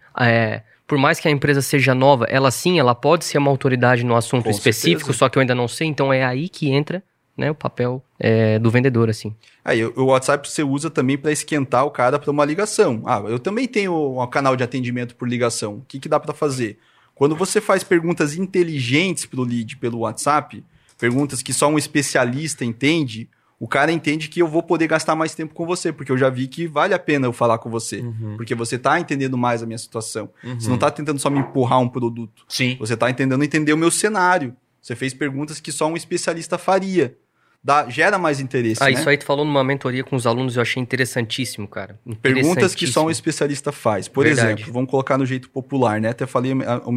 Por mais que a empresa seja nova, ela pode ser uma autoridade no assunto Com específico, certeza. Só que eu ainda não sei. Então é aí que entra, né, o papel do vendedor, assim. Aí o WhatsApp você usa também para esquentar o cara para uma ligação. Eu também tenho um canal de atendimento por ligação. O que dá para fazer? Quando você faz perguntas inteligentes pro lead pelo WhatsApp, perguntas que só um especialista entende, o cara entende que eu vou poder gastar mais tempo com você, porque eu já vi que vale a pena eu falar com você. Porque você tá entendendo mais a minha situação. Você não tá tentando só me empurrar um produto. Sim. Você tá tentando entender o meu cenário. Você fez perguntas que só um especialista faria. Gera mais interesse, né? Isso aí tu falou numa mentoria com os alunos, eu achei interessantíssimo, cara. Perguntas que só um especialista faz. Por Verdade. exemplo, vamos colocar no jeito popular, né? Até falei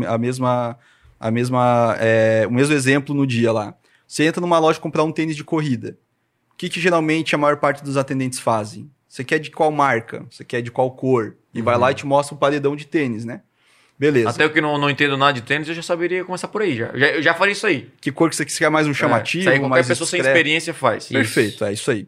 o mesmo exemplo no dia lá. Você entra numa loja comprar um tênis de corrida. O que geralmente a maior parte dos atendentes fazem? Você quer de qual marca? Você quer de qual cor? E vai lá e te mostra um paredão de tênis, né? Beleza. Até eu que não entendo nada de tênis, eu já saberia começar por aí. Eu já faria isso aí. Que cor que você quer mais um chamativo? Isso aí qualquer mais pessoa sem discreto? experiência faz. Perfeito, é isso aí.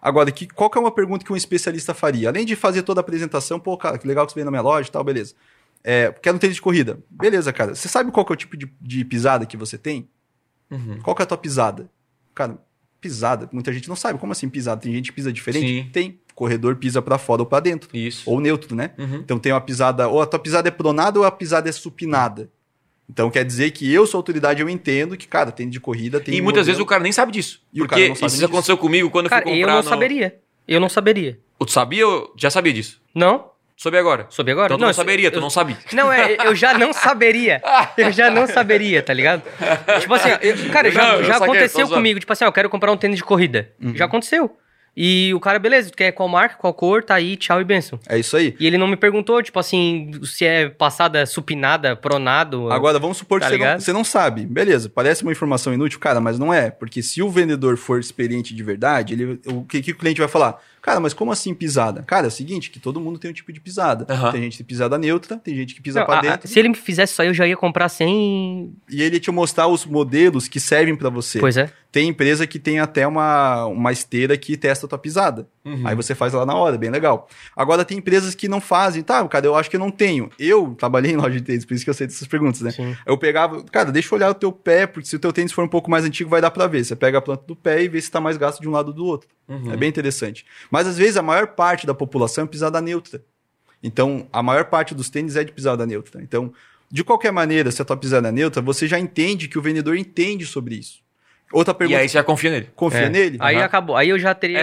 Agora, qual que é uma pergunta que um especialista faria? Além de fazer toda a apresentação, pô, cara, que legal que você veio na minha loja e tal, beleza. Quero um tênis de corrida. Beleza, cara. Você sabe qual que é o tipo de pisada que você tem? Qual que é a tua pisada? Cara, pisada, muita gente não sabe. Como assim pisada? Tem gente que pisa diferente? Sim. Tem. Corredor pisa pra fora ou pra dentro. Isso. Ou neutro, né? Então tem uma pisada, ou a tua pisada é pronada ou a pisada é supinada. Então quer dizer que eu sou autoridade, eu entendo que, cara, tênis de corrida tem... E muitas vezes o cara nem sabe disso. E o cara não sabe isso disso. aconteceu comigo quando Cara, eu fui comprar eu não saberia. Tu sabia ou já sabia disso? Não? Soube agora? Soube agora? Então tu não saberia, tu não sabia. Não, eu já não saberia. Eu já não saberia, tá ligado? Tipo assim, cara, já aconteceu comigo. Tipo assim, eu quero comprar um tênis de corrida. Já aconteceu. E o cara, beleza, tu quer qual marca, qual cor, tá aí, tchau e benção. É isso aí. E ele não me perguntou, tipo assim, se é passada, supinada, pronado. Agora, vamos supor que você não sabe. Beleza, parece uma informação inútil, cara, mas não é. Porque se o vendedor for experiente de verdade, o que o cliente vai falar? Cara, mas como assim pisada? Cara, é o seguinte, que todo mundo tem um tipo de pisada. Tem gente que pisada neutra, tem gente que pisa pra dentro. Se ele me fizesse isso aí, eu já ia comprar sem... E ele ia te mostrar os modelos que servem pra você. Pois é. Tem empresa que tem até uma esteira que testa a tua pisada. Aí você faz lá na hora, bem legal. Agora tem empresas que não fazem. Tá, cara, eu acho que eu não tenho. Eu trabalhei em loja de tênis, por isso que eu sei dessas perguntas, né? Sim. Eu pegava... Cara, deixa eu olhar o teu pé, porque se o teu tênis for um pouco mais antigo, vai dar pra ver. Você pega a planta do pé e vê se tá mais gasto de um lado ou do outro. É bem interessante. Mas às vezes a maior parte da população é pisada neutra. Então, a maior parte dos tênis é de pisada neutra. Então, de qualquer maneira, se a tua pisada é neutra, você já entende que o vendedor entende sobre isso. Outra pergunta. E aí você já confia nele. Confia nele? Aí acabou. Aí eu já teria...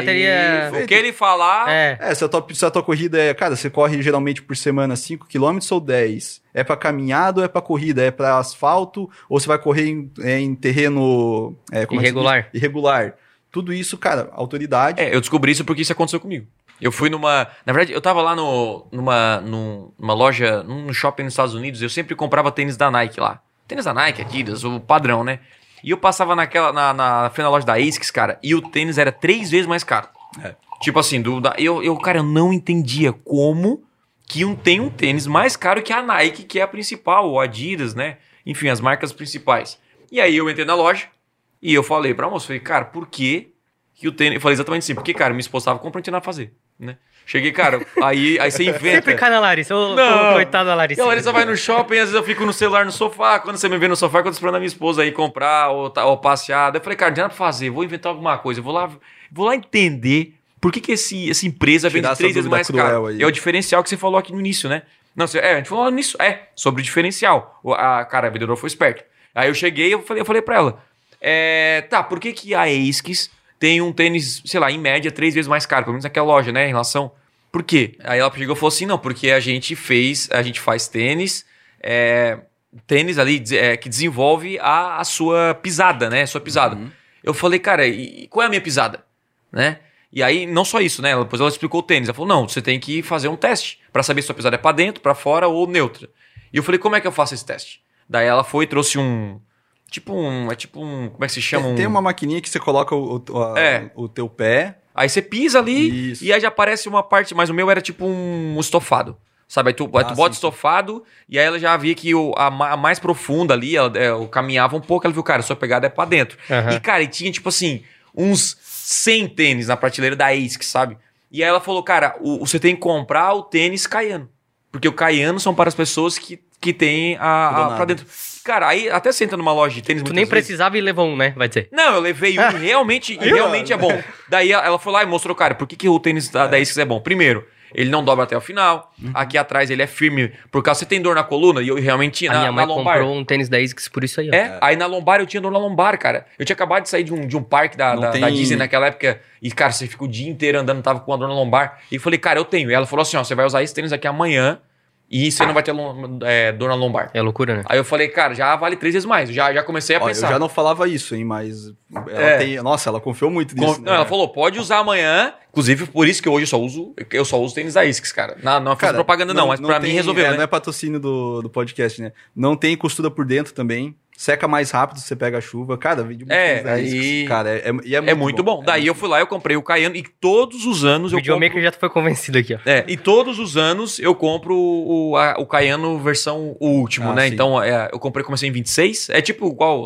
O que ele falar... Se a tua corrida é... Cara, você corre geralmente por semana 5 km ou 10? É pra caminhada ou é pra corrida? É pra asfalto ou você vai correr em terreno... irregular. Irregular. Tudo isso, cara, autoridade... eu descobri isso porque isso aconteceu comigo. Eu fui numa... Na verdade, eu tava lá numa loja, num shopping nos Estados Unidos, eu sempre comprava tênis da Nike lá. Tênis da Nike, Adidas, o padrão, né? E eu passava na frente da loja da ASICS, cara, e o tênis era 3 vezes mais caro. Tipo assim, cara, eu não entendia como que tem um tênis mais caro que a Nike, que é a principal, o Adidas, né? Enfim, as marcas principais. E aí eu entrei na loja e eu falei pra moça, cara, por que o tênis... Eu falei exatamente assim, porque, cara, minha esposa tava comprando, não tinha nada a fazer, né? Cheguei, cara, aí você inventa... Sempre cai na Larissa, coitada da Larissa. E a Larissa vai no shopping, às vezes eu fico no celular no sofá, quando você me vê no sofá, eu tô esperando a minha esposa aí comprar ou passear. Daí eu falei, cara, não tem nada pra fazer, vou inventar alguma coisa, eu vou lá entender por que essa empresa vende 3 vezes mais caro. É o diferencial que você falou aqui no início, né? Não, a gente falou nisso, sobre o diferencial. A vendedora foi esperto. Aí eu cheguei, eu falei pra ela, por que a ASICS tem um tênis, sei lá, em média 3 vezes mais caro, pelo menos naquela loja, né, em relação... Por quê? Aí ela chegou e falou assim, não, porque a gente faz tênis ali que desenvolve a sua pisada, né, sua pisada. Eu falei, cara, e qual é a minha pisada? Né? E aí, não só isso, né, depois ela explicou o tênis, ela falou, não, você tem que fazer um teste pra saber se sua pisada é pra dentro, pra fora ou neutra. E eu falei, como é que eu faço esse teste? Daí ela foi e trouxe como é que se chama? Tem uma maquininha que você coloca o teu pé. Aí você pisa ali e aí já aparece uma parte, mas o meu era tipo um estofado. Sabe? Aí tu bota estofado e aí ela já via que a mais profunda ali, eu caminhava um pouco, ela viu, cara, sua pegada é pra dentro. E, cara, tinha tipo assim, uns 100 tênis na prateleira da ASICS, sabe? E aí ela falou, cara, você tem que comprar o tênis Kayano. Porque o Kayano são para as pessoas que tem pra dentro. Cara, aí até você entra numa loja de tênis... Tu nem precisava e levou um, né? Vai dizer. Não, eu levei um e realmente é bom. Daí ela foi lá e mostrou, cara, por que o tênis da ASICS é bom? Primeiro, ele não dobra até o final. Aqui atrás ele é firme. Por causa você tem dor na coluna, e eu realmente tinha minha mãe lombar. Comprou um tênis da ASICS por isso aí, ó. Aí na lombar eu tinha dor na lombar, cara. Eu tinha acabado de sair de um parque da Disney naquela época. E, cara, você fica o dia inteiro andando, tava com a dor na lombar. E eu falei, cara, eu tenho. E ela falou assim, ó, você vai usar esse tênis aqui amanhã. E você não vai ter dor na lombar. É loucura, né? Aí eu falei, cara, já vale 3 vezes mais. Já comecei a pensar. Eu já não falava isso, hein, mas ela tem... Nossa, ela confiou muito nisso. Não, ela falou, pode usar amanhã. Inclusive, por isso que hoje eu só uso tênis da ASICS, cara. Não fiz propaganda não, mas pra mim resolveu, né? Não é patrocínio do podcast, né? Não tem costura por dentro também. Seca mais rápido se você pega a chuva. Cara, vídeo muito da ASICS, cara, é muito bom. Daí eu fui lá, eu comprei o Kayano e todos os anos o videomaker já foi convencido aqui, ó. E todos os anos eu compro o Kayano versão último, né? Sim. Então, eu comecei em 26. É tipo igual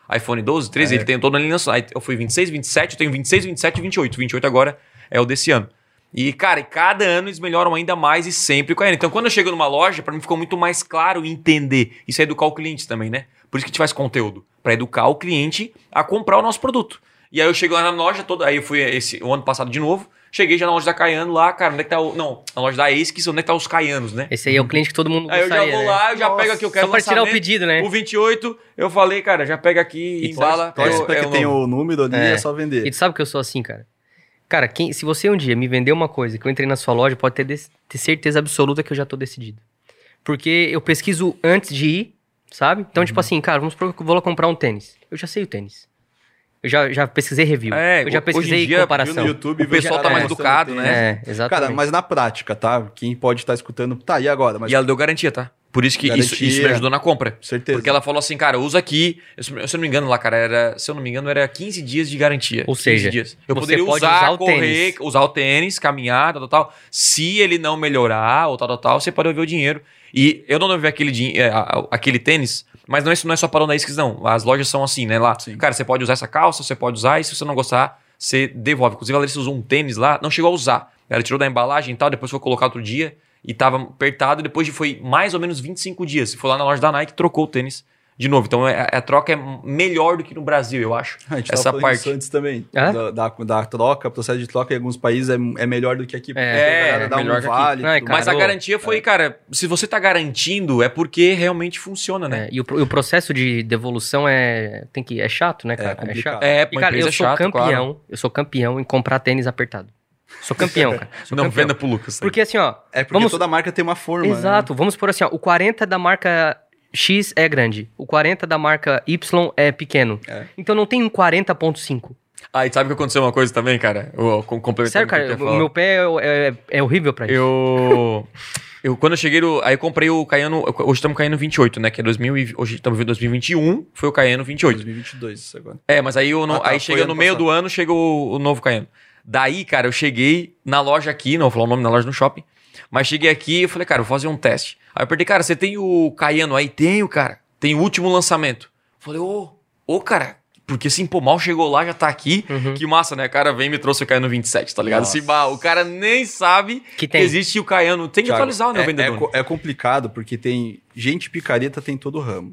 iPhone 12, 13, ele tem todo ali lançado. Aí eu fui 26, 27, eu tenho 26, 27 e 28. 28 agora é o desse ano. E, cara, cada ano eles melhoram ainda mais e sempre com a Então, quando eu chego numa loja, pra mim ficou muito mais claro entender. Isso é educar o cliente também, né? Por isso que a gente faz conteúdo. Pra educar o cliente a comprar o nosso produto. E aí eu chego lá na loja toda. Aí eu fui o ano passado de novo. Cheguei já na loja da Caiano lá, cara, onde é que tá o... Não, na loja da ASICS, onde é que tá os Caianos, né? Esse aí é o cliente que todo mundo gostaria, aí eu já vou lá, eu já pego aqui, eu quero só pra tirar o pedido, né? O 28, eu falei, cara, já pega aqui e embala. Que tem o número ali, é só vender. E tu sabe que eu sou assim, cara? Cara, se você um dia me vender uma coisa que eu entrei na sua loja, pode ter certeza absoluta que eu já tô decidido. Porque eu pesquiso antes de ir, sabe? Então, tipo assim, cara, vamos supor que eu vou lá comprar um tênis. Eu já sei o tênis. Eu já pesquisei review. Eu já pesquisei dia, comparação. No YouTube, o pessoal tá mais educado, né? Exatamente. Cara, mas na prática, tá? Quem pode estar escutando, tá, e agora? Mas... E ela deu garantia, tá? Por isso que isso me ajudou na compra. Certeza. Porque ela falou assim, cara, usa aqui. Se eu não me engano lá, cara, era 15 dias de garantia. Ou seja, dias. Eu poderia usar, correr, usar o tênis, caminhar, tal. Se ele não melhorar, ou tal, você pode ver o dinheiro. E eu não devolvi aquele tênis, mas isso não é só para o ASICS, não. As lojas são assim, né? Lá, cara, você pode usar essa calça, você pode usar, e se você não gostar, você devolve. Inclusive, a Larissa usou um tênis lá, não chegou a usar. Ela tirou da embalagem e tal, depois foi colocar outro dia. E tava apertado, depois foi mais ou menos 25 dias. Se for lá na loja da Nike, trocou o tênis de novo. Então a troca é melhor do que no Brasil, eu acho. A gente essa parte isso antes também. Da troca, processo de troca em alguns países é melhor do que aqui. Dá melhor que vale. Mas a garantia foi, cara, se você tá garantindo, é porque realmente funciona, né? E o processo de devolução é chato, né, cara? É complicado. E, cara, eu sou campeão. Claro. Eu sou campeão em comprar tênis apertado. Sou campeão, cara. Venda pro Lucas. Porque assim, ó... É porque toda marca tem uma forma, Exato. Né? Vamos por assim, ó. O 40 da marca X é grande. O 40 da marca Y é pequeno. Então não tem um 40.5. E sabe que aconteceu uma coisa também, cara? Sério, cara? O meu pé é horrível pra isso. Quando eu cheguei... Aí eu comprei o Caiano... Hoje estamos Caiano 28, né? Que é hoje estamos em 2021. Foi o Caiano 28. 2022, isso agora. Mas aí, aí chega no meio do ano, chega o novo Caiano. Daí, cara, eu cheguei na loja aqui, não vou falar o nome da loja no shopping, mas cheguei aqui e falei, cara, vou fazer um teste. Aí eu perguntei, cara, você tem o Caiano aí? Tenho, cara. Tem o último lançamento. Falei, cara, porque assim, mal chegou lá, já tá aqui. Que massa, né? O cara vem e me trouxe o Caiano 27, tá ligado? Assim, o cara nem sabe que existe o Caiano. Tem que atualizar, né, o vendedor. É complicado, porque tem gente picareta, tem todo o ramo.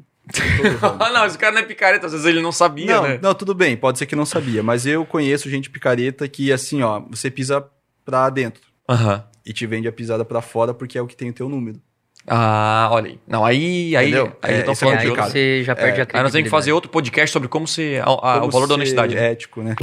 Não, esse cara não é picareta, às vezes ele não sabia, né? Não, tudo bem, pode ser que não sabia, mas eu conheço gente picareta que, assim, ó, você pisa pra dentro e te vende a pisada pra fora porque é o que tem o teu número. Olha aí. Não, aí então você já perde a credibilidade. Aí nós temos que fazer outro podcast sobre como ser o valor da honestidade. Ético, né?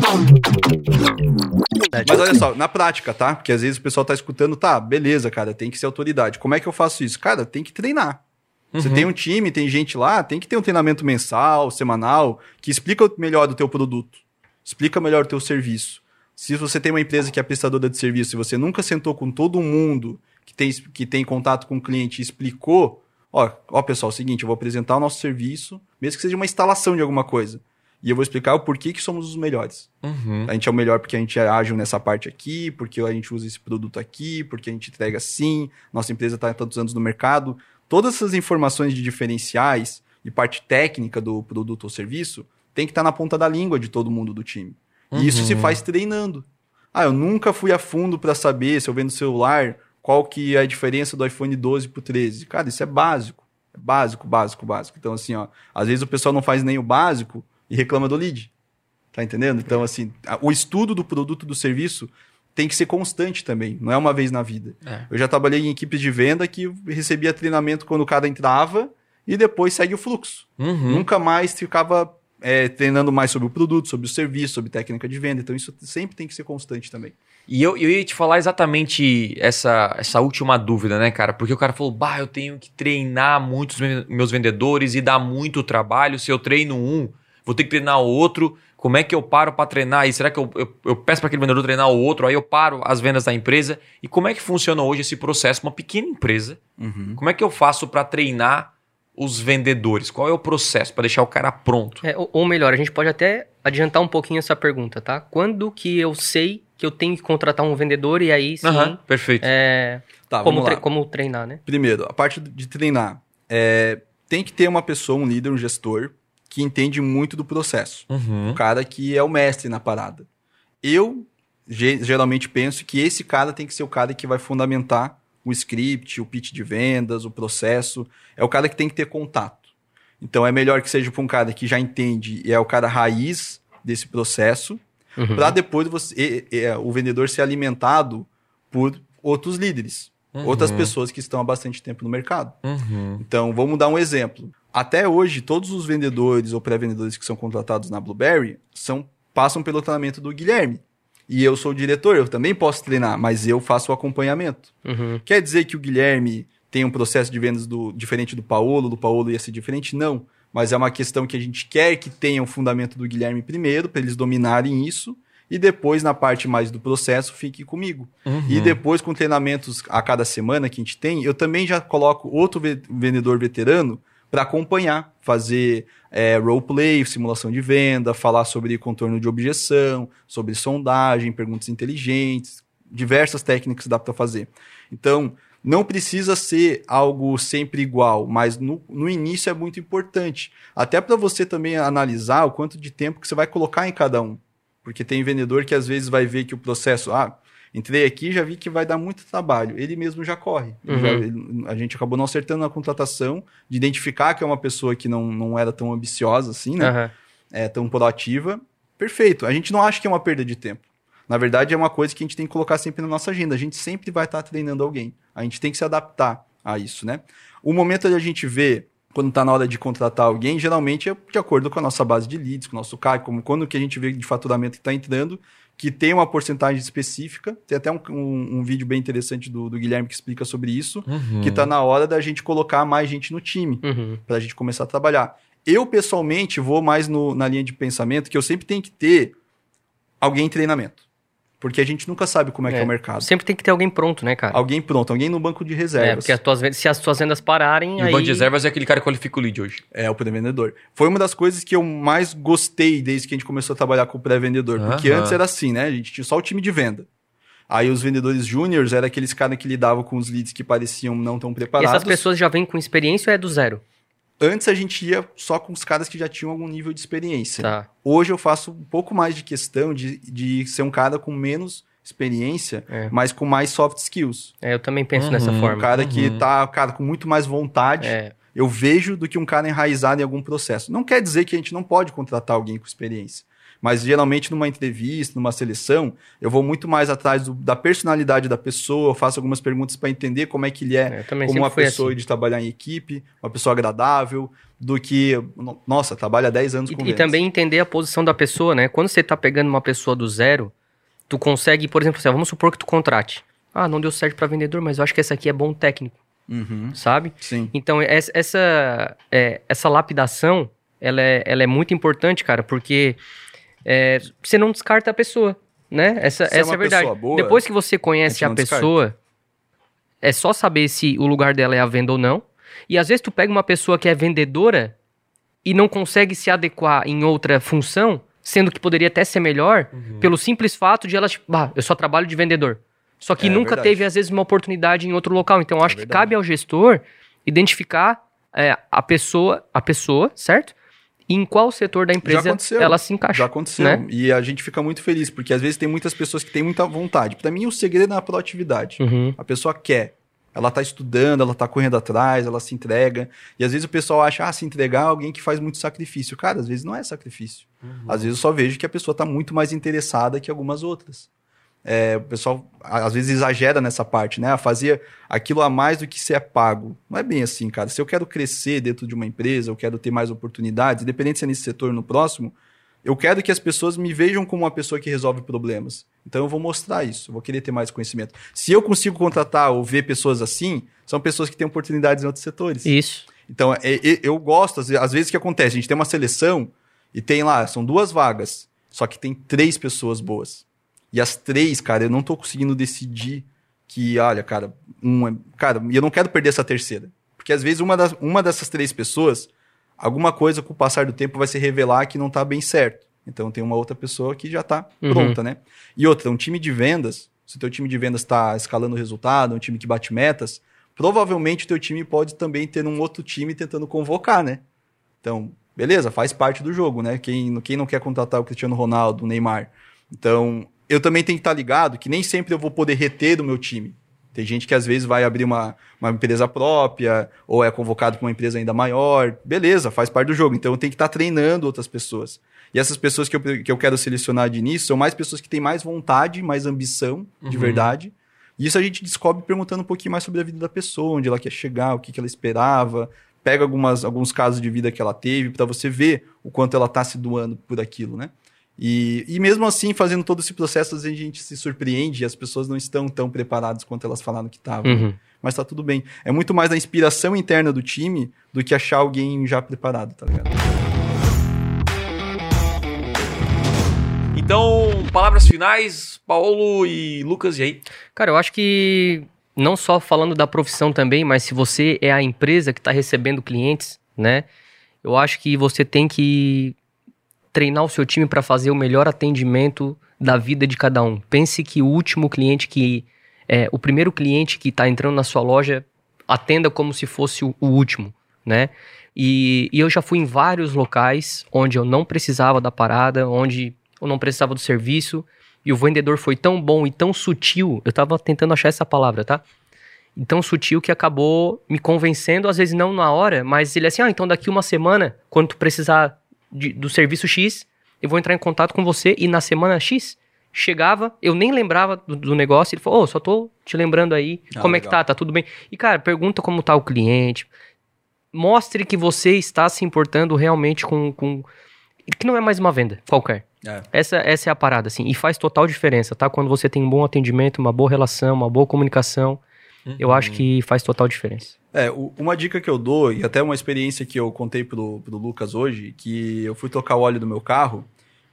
Mas olha só, na prática, tá? Porque às vezes o pessoal tá escutando, tá, beleza, cara, tem que ser autoridade. Como é que eu faço isso? Cara, tem que treinar. Você tem um time, tem gente lá, tem que ter um treinamento mensal, semanal, que explica melhor do teu produto, explica melhor o teu serviço. Se você tem uma empresa que é prestadora de serviço e você nunca sentou com todo mundo que tem contato com o cliente e explicou, pessoal, é o seguinte, eu vou apresentar o nosso serviço, mesmo que seja uma instalação de alguma coisa, e eu vou explicar o porquê que somos os melhores. A gente é o melhor porque a gente é ágil nessa parte aqui, porque a gente usa esse produto aqui, porque a gente entrega assim, nossa empresa está há tantos anos no mercado. Todas essas informações de diferenciais e parte técnica do produto ou serviço tem que estar na ponta da língua de todo mundo do time. E isso se faz treinando. Eu nunca fui a fundo para saber, se eu vendo celular, qual que é a diferença do iPhone 12 pro 13. Cara, isso é básico. É básico. Então, assim, às vezes o pessoal não faz nem o básico e reclama do lead. Tá entendendo? Então, assim, o estudo do produto, do serviço tem que ser constante também, não é uma vez na vida. Eu já trabalhei em equipes de venda que recebia treinamento quando o cara entrava e depois segue o fluxo. Nunca mais ficava treinando mais sobre o produto, sobre o serviço, sobre técnica de venda. Então isso sempre tem que ser constante também. E eu ia te falar exatamente essa última dúvida, né, cara? Porque o cara falou, eu tenho que treinar muito os meus vendedores e dar muito trabalho. Se eu treino um, vou ter que treinar o outro. Como é que eu paro para treinar? E será que eu peço para aquele vendedor treinar o outro? Aí eu paro as vendas da empresa. E como é que funciona hoje esse processo? Uma pequena empresa. Como é que eu faço para treinar os vendedores? Qual é o processo para deixar o cara pronto? Ou melhor, a gente pode até adiantar um pouquinho essa pergunta, tá? Quando que eu sei que eu tenho que contratar um vendedor e aí sim... Perfeito. Como treinar, né? Primeiro, a parte de treinar. Tem que ter uma pessoa, um líder, um gestor, que entende muito do processo. O cara que é o mestre na parada. Eu geralmente penso que esse cara tem que ser o cara que vai fundamentar o script, o pitch de vendas, o processo. É o cara que tem que ter contato. Então é melhor que seja para um cara que já entende e é o cara raiz desse processo, para depois o vendedor ser alimentado por outros líderes, outras pessoas que estão há bastante tempo no mercado. Então, vamos dar um exemplo. Até hoje, todos os vendedores ou pré-vendedores que são contratados na Blueberry passam pelo treinamento do Guilherme. E eu sou o diretor, eu também posso treinar, mas eu faço o acompanhamento. Quer dizer que o Guilherme tem um processo de vendas diferente do Paolo ia ser diferente? Não. Mas é uma questão que a gente quer que tenha um fundamento do Guilherme primeiro, para eles dominarem isso, e depois, na parte mais do processo, fique comigo. E depois, com treinamentos a cada semana que a gente tem, eu também já coloco outro vendedor veterano para acompanhar, fazer roleplay, simulação de venda, falar sobre contorno de objeção, sobre sondagem, perguntas inteligentes, diversas técnicas dá para fazer. Então, não precisa ser algo sempre igual, mas no início é muito importante. Até para você também analisar o quanto de tempo que você vai colocar em cada um. Porque tem vendedor que às vezes vai ver que o processo... entrei aqui, já vi que vai dar muito trabalho. Ele mesmo já corre. A gente acabou não acertando na contratação, de identificar que é uma pessoa que não era tão ambiciosa assim, né? Tão proativa. Perfeito. A gente não acha que é uma perda de tempo. Na verdade, é uma coisa que a gente tem que colocar sempre na nossa agenda. A gente sempre vai estar treinando alguém. A gente tem que se adaptar a isso, né? O momento de a gente ver, quando está na hora de contratar alguém, geralmente é de acordo com a nossa base de leads, com o nosso CAC, como quando que a gente vê de faturamento que está entrando, que tem uma porcentagem específica. Tem até um vídeo bem interessante do Guilherme que explica sobre isso, que está na hora da gente colocar mais gente no time, para a gente começar a trabalhar. Eu, pessoalmente, vou mais na linha de pensamento que eu sempre tenho que ter alguém em treinamento. Porque a gente nunca sabe como é que é o mercado. Sempre tem que ter alguém pronto, né, cara? Alguém pronto, alguém no banco de reservas. Porque se as tuas vendas pararem, e o banco de reservas é aquele cara que qualifica o lead hoje. É, o pré-vendedor. Foi uma das coisas que eu mais gostei desde que a gente começou a trabalhar com o pré-vendedor. Porque antes era assim, né? A gente tinha só o time de venda. Aí os vendedores júniors eram aqueles caras que lidavam com os leads que pareciam não tão preparados. E essas pessoas já vêm com experiência ou é do zero? Antes a gente ia só com os caras que já tinham algum nível de experiência. Tá. Hoje eu faço um pouco mais de questão de ser um cara com menos experiência, mas com mais soft skills. Eu também penso dessa forma. Um cara que tá, com muito mais vontade, eu vejo, do que um cara enraizado em algum processo. Não quer dizer que a gente não pode contratar alguém com experiência, mas geralmente numa entrevista, numa seleção, eu vou muito mais atrás da personalidade da pessoa, eu faço algumas perguntas para entender como é que ele é como uma pessoa assim, de trabalhar em equipe, uma pessoa agradável, do que, nossa, trabalha 10 anos com vendas. E também entender a posição da pessoa, né? Quando você tá pegando uma pessoa do zero, tu consegue, por exemplo, vamos supor que tu contrate. Não deu certo para vendedor, mas eu acho que esse aqui é bom técnico. Sabe? Sim. Então, essa lapidação, ela é muito importante, cara, porque você não descarta a pessoa, né? Essa é a verdade. Boa, depois que você conhece a pessoa, é só saber se o lugar dela é a venda ou não. E às vezes tu pega uma pessoa que é vendedora e não consegue se adequar em outra função, sendo que poderia até ser melhor, pelo simples fato de ela, eu só trabalho de vendedor. Só que nunca teve, às vezes, uma oportunidade em outro local. Então, eu acho que cabe ao gestor identificar a pessoa, certo? E em qual setor da empresa ela se encaixa. Já aconteceu. Né? E a gente fica muito feliz, porque às vezes tem muitas pessoas que têm muita vontade. Para mim, o segredo é a proatividade. A pessoa quer. Ela tá estudando, ela tá correndo atrás, ela se entrega. E às vezes o pessoal acha, se entregar é alguém que faz muito sacrifício. Cara, às vezes não é sacrifício. Às vezes eu só vejo que a pessoa tá muito mais interessada que algumas outras. O pessoal, às vezes, exagera nessa parte, né? Fazer aquilo a mais do que se é pago. Não é bem assim, cara. Se eu quero crescer dentro de uma empresa, eu quero ter mais oportunidades, independente se é nesse setor ou no próximo, eu quero que as pessoas me vejam como uma pessoa que resolve problemas. Então eu vou mostrar isso, eu vou querer ter mais conhecimento. Se eu consigo contratar ou ver pessoas assim, são pessoas que têm oportunidades em outros setores. Isso. Então eu gosto, às vezes o que acontece, a gente tem uma seleção e tem lá, são 2 vagas, só que tem 3 pessoas boas. E as 3, cara, eu não tô conseguindo decidir que, olha, cara, e eu não quero perder essa terceira. Porque às vezes uma dessas 3 pessoas, alguma coisa com o passar do tempo vai se revelar que não tá bem certo. Então tem uma outra pessoa que já tá pronta, né? E outra, um time de vendas, se o teu time de vendas tá escalando o resultado, um time que bate metas, provavelmente o teu time pode também ter um outro time tentando convocar, né? Então, Beleza, faz parte do jogo, né? Quem não quer contratar o Cristiano Ronaldo, o Neymar? Então, eu também tenho que estar ligado que nem sempre eu vou poder reter do meu time. Tem gente que às vezes vai abrir uma empresa própria ou é convocado para uma empresa ainda maior. Beleza, faz parte do jogo. Então eu tenho que estar treinando outras pessoas. E essas pessoas que eu quero selecionar de início são mais pessoas que têm mais vontade, mais ambição de verdade. E isso a gente descobre perguntando um pouquinho mais sobre a vida da pessoa, onde ela quer chegar, o que ela esperava. Pega alguns casos de vida que ela teve para você ver o quanto ela está se doando por aquilo, né? E mesmo assim, fazendo todo esse processo, às vezes a gente se surpreende e as pessoas não estão tão preparadas quanto elas falaram que estavam. Né? Mas tá tudo bem. É muito mais da inspiração interna do time do que achar alguém já preparado, tá ligado? Então, palavras finais, Paulo e Lucas, e aí? Cara, eu acho que não só falando da profissão também, mas se você é a empresa que está recebendo clientes, né? Eu acho que você tem que treinar o seu time para fazer o melhor atendimento da vida de cada um. Pense que o último cliente o primeiro cliente que está entrando na sua loja, atenda como se fosse o último, né? E eu já fui em vários locais onde eu não precisava da parada, onde eu não precisava do serviço, e o vendedor foi tão bom e tão sutil, eu tava tentando achar essa palavra, tá? E tão sutil que acabou me convencendo, às vezes não na hora, mas ele assim, então daqui uma semana, quando tu precisar do serviço X, eu vou entrar em contato com você, e na semana X, chegava, eu nem lembrava do negócio, ele falou, só tô te lembrando aí, como legal. É que tá tudo bem? E cara, pergunta como tá o cliente, mostre que você está se importando realmente com que não é mais uma venda, qualquer. Essa é a parada, assim, e faz total diferença, tá? Quando você tem um bom atendimento, uma boa relação, uma boa comunicação, eu acho que faz total diferença. Uma dica que eu dou, e até uma experiência que eu contei pro Lucas hoje, que eu fui trocar o óleo do meu carro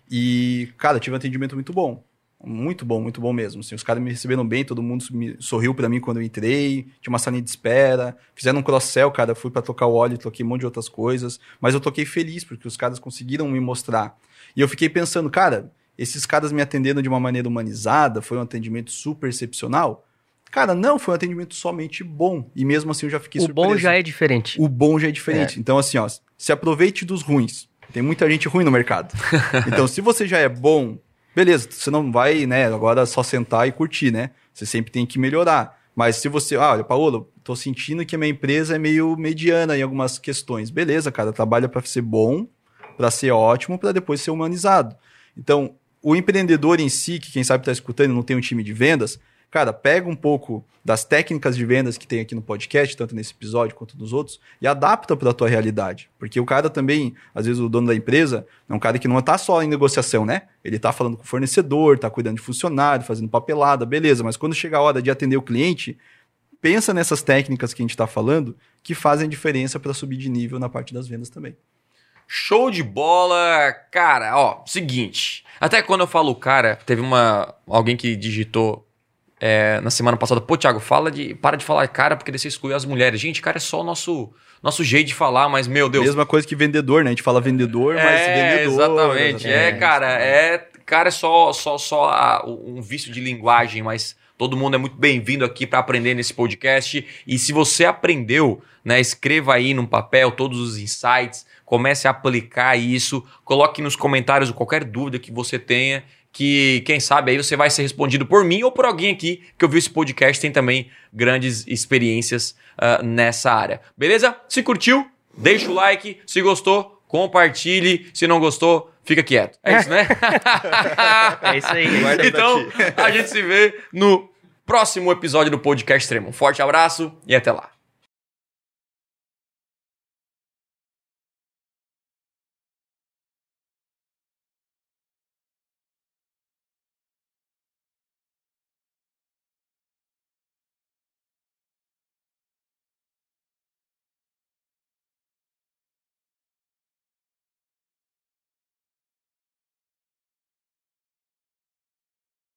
e, cara, tive um atendimento muito bom. Muito bom mesmo. Assim, os caras me receberam bem, todo mundo sorriu pra mim quando eu entrei, tinha uma salinha de espera, fizeram um cross-sell, cara, fui pra trocar o óleo, troquei um monte de outras coisas, mas eu toquei feliz, porque os caras conseguiram me mostrar. E eu fiquei pensando, cara, esses caras me atenderam de uma maneira humanizada, foi um atendimento super excepcional? Cara, não, foi um atendimento somente bom. E mesmo assim eu já fiquei surpreso. O bom já é diferente. O bom já é diferente. Então assim, ó, se aproveite dos ruins. Tem muita gente ruim no mercado. Então se você já é bom, beleza, você não vai, né, agora só sentar e curtir, né? Você sempre tem que melhorar. Mas se você, olha, Paulo, tô sentindo que a minha empresa é meio mediana em algumas questões. Beleza, cara, trabalha para ser bom, para ser ótimo, para depois ser humanizado. Então, o empreendedor em si, que quem sabe tá escutando, não tem um time de vendas, cara, pega um pouco das técnicas de vendas que tem aqui no podcast, tanto nesse episódio quanto nos outros, e adapta para a tua realidade. Porque o cara também, às vezes o dono da empresa, é um cara que não tá só em negociação, né? Ele tá falando com o fornecedor, tá cuidando de funcionário, fazendo papelada, beleza. Mas quando chega a hora de atender o cliente, pensa nessas técnicas que a gente tá falando, que fazem diferença para subir de nível na parte das vendas também. Show de bola! Cara, ó, seguinte. Até quando eu falo cara, teve alguém que digitou na semana passada, pô, Thiago, para de falar cara, porque você excluiu as mulheres. Gente, cara, é só o nosso jeito de falar, mas, meu Deus. Mesma coisa que vendedor, né? A gente fala vendedor, mas vendedor. Exatamente. Cara, é só um vício de linguagem, mas todo mundo é muito bem-vindo aqui para aprender nesse podcast. E se você aprendeu, né, escreva aí num papel todos os insights, comece a aplicar isso, coloque nos comentários qualquer dúvida que você tenha, que quem sabe aí você vai ser respondido por mim ou por alguém aqui que ouviu esse podcast, tem também grandes experiências nessa área. Beleza? Se curtiu, deixa o like, se gostou, compartilhe, se não gostou, fica quieto. É isso, né? É isso aí. Então, a gente se vê no próximo episódio do Podcast Extremo. Um forte abraço e até lá.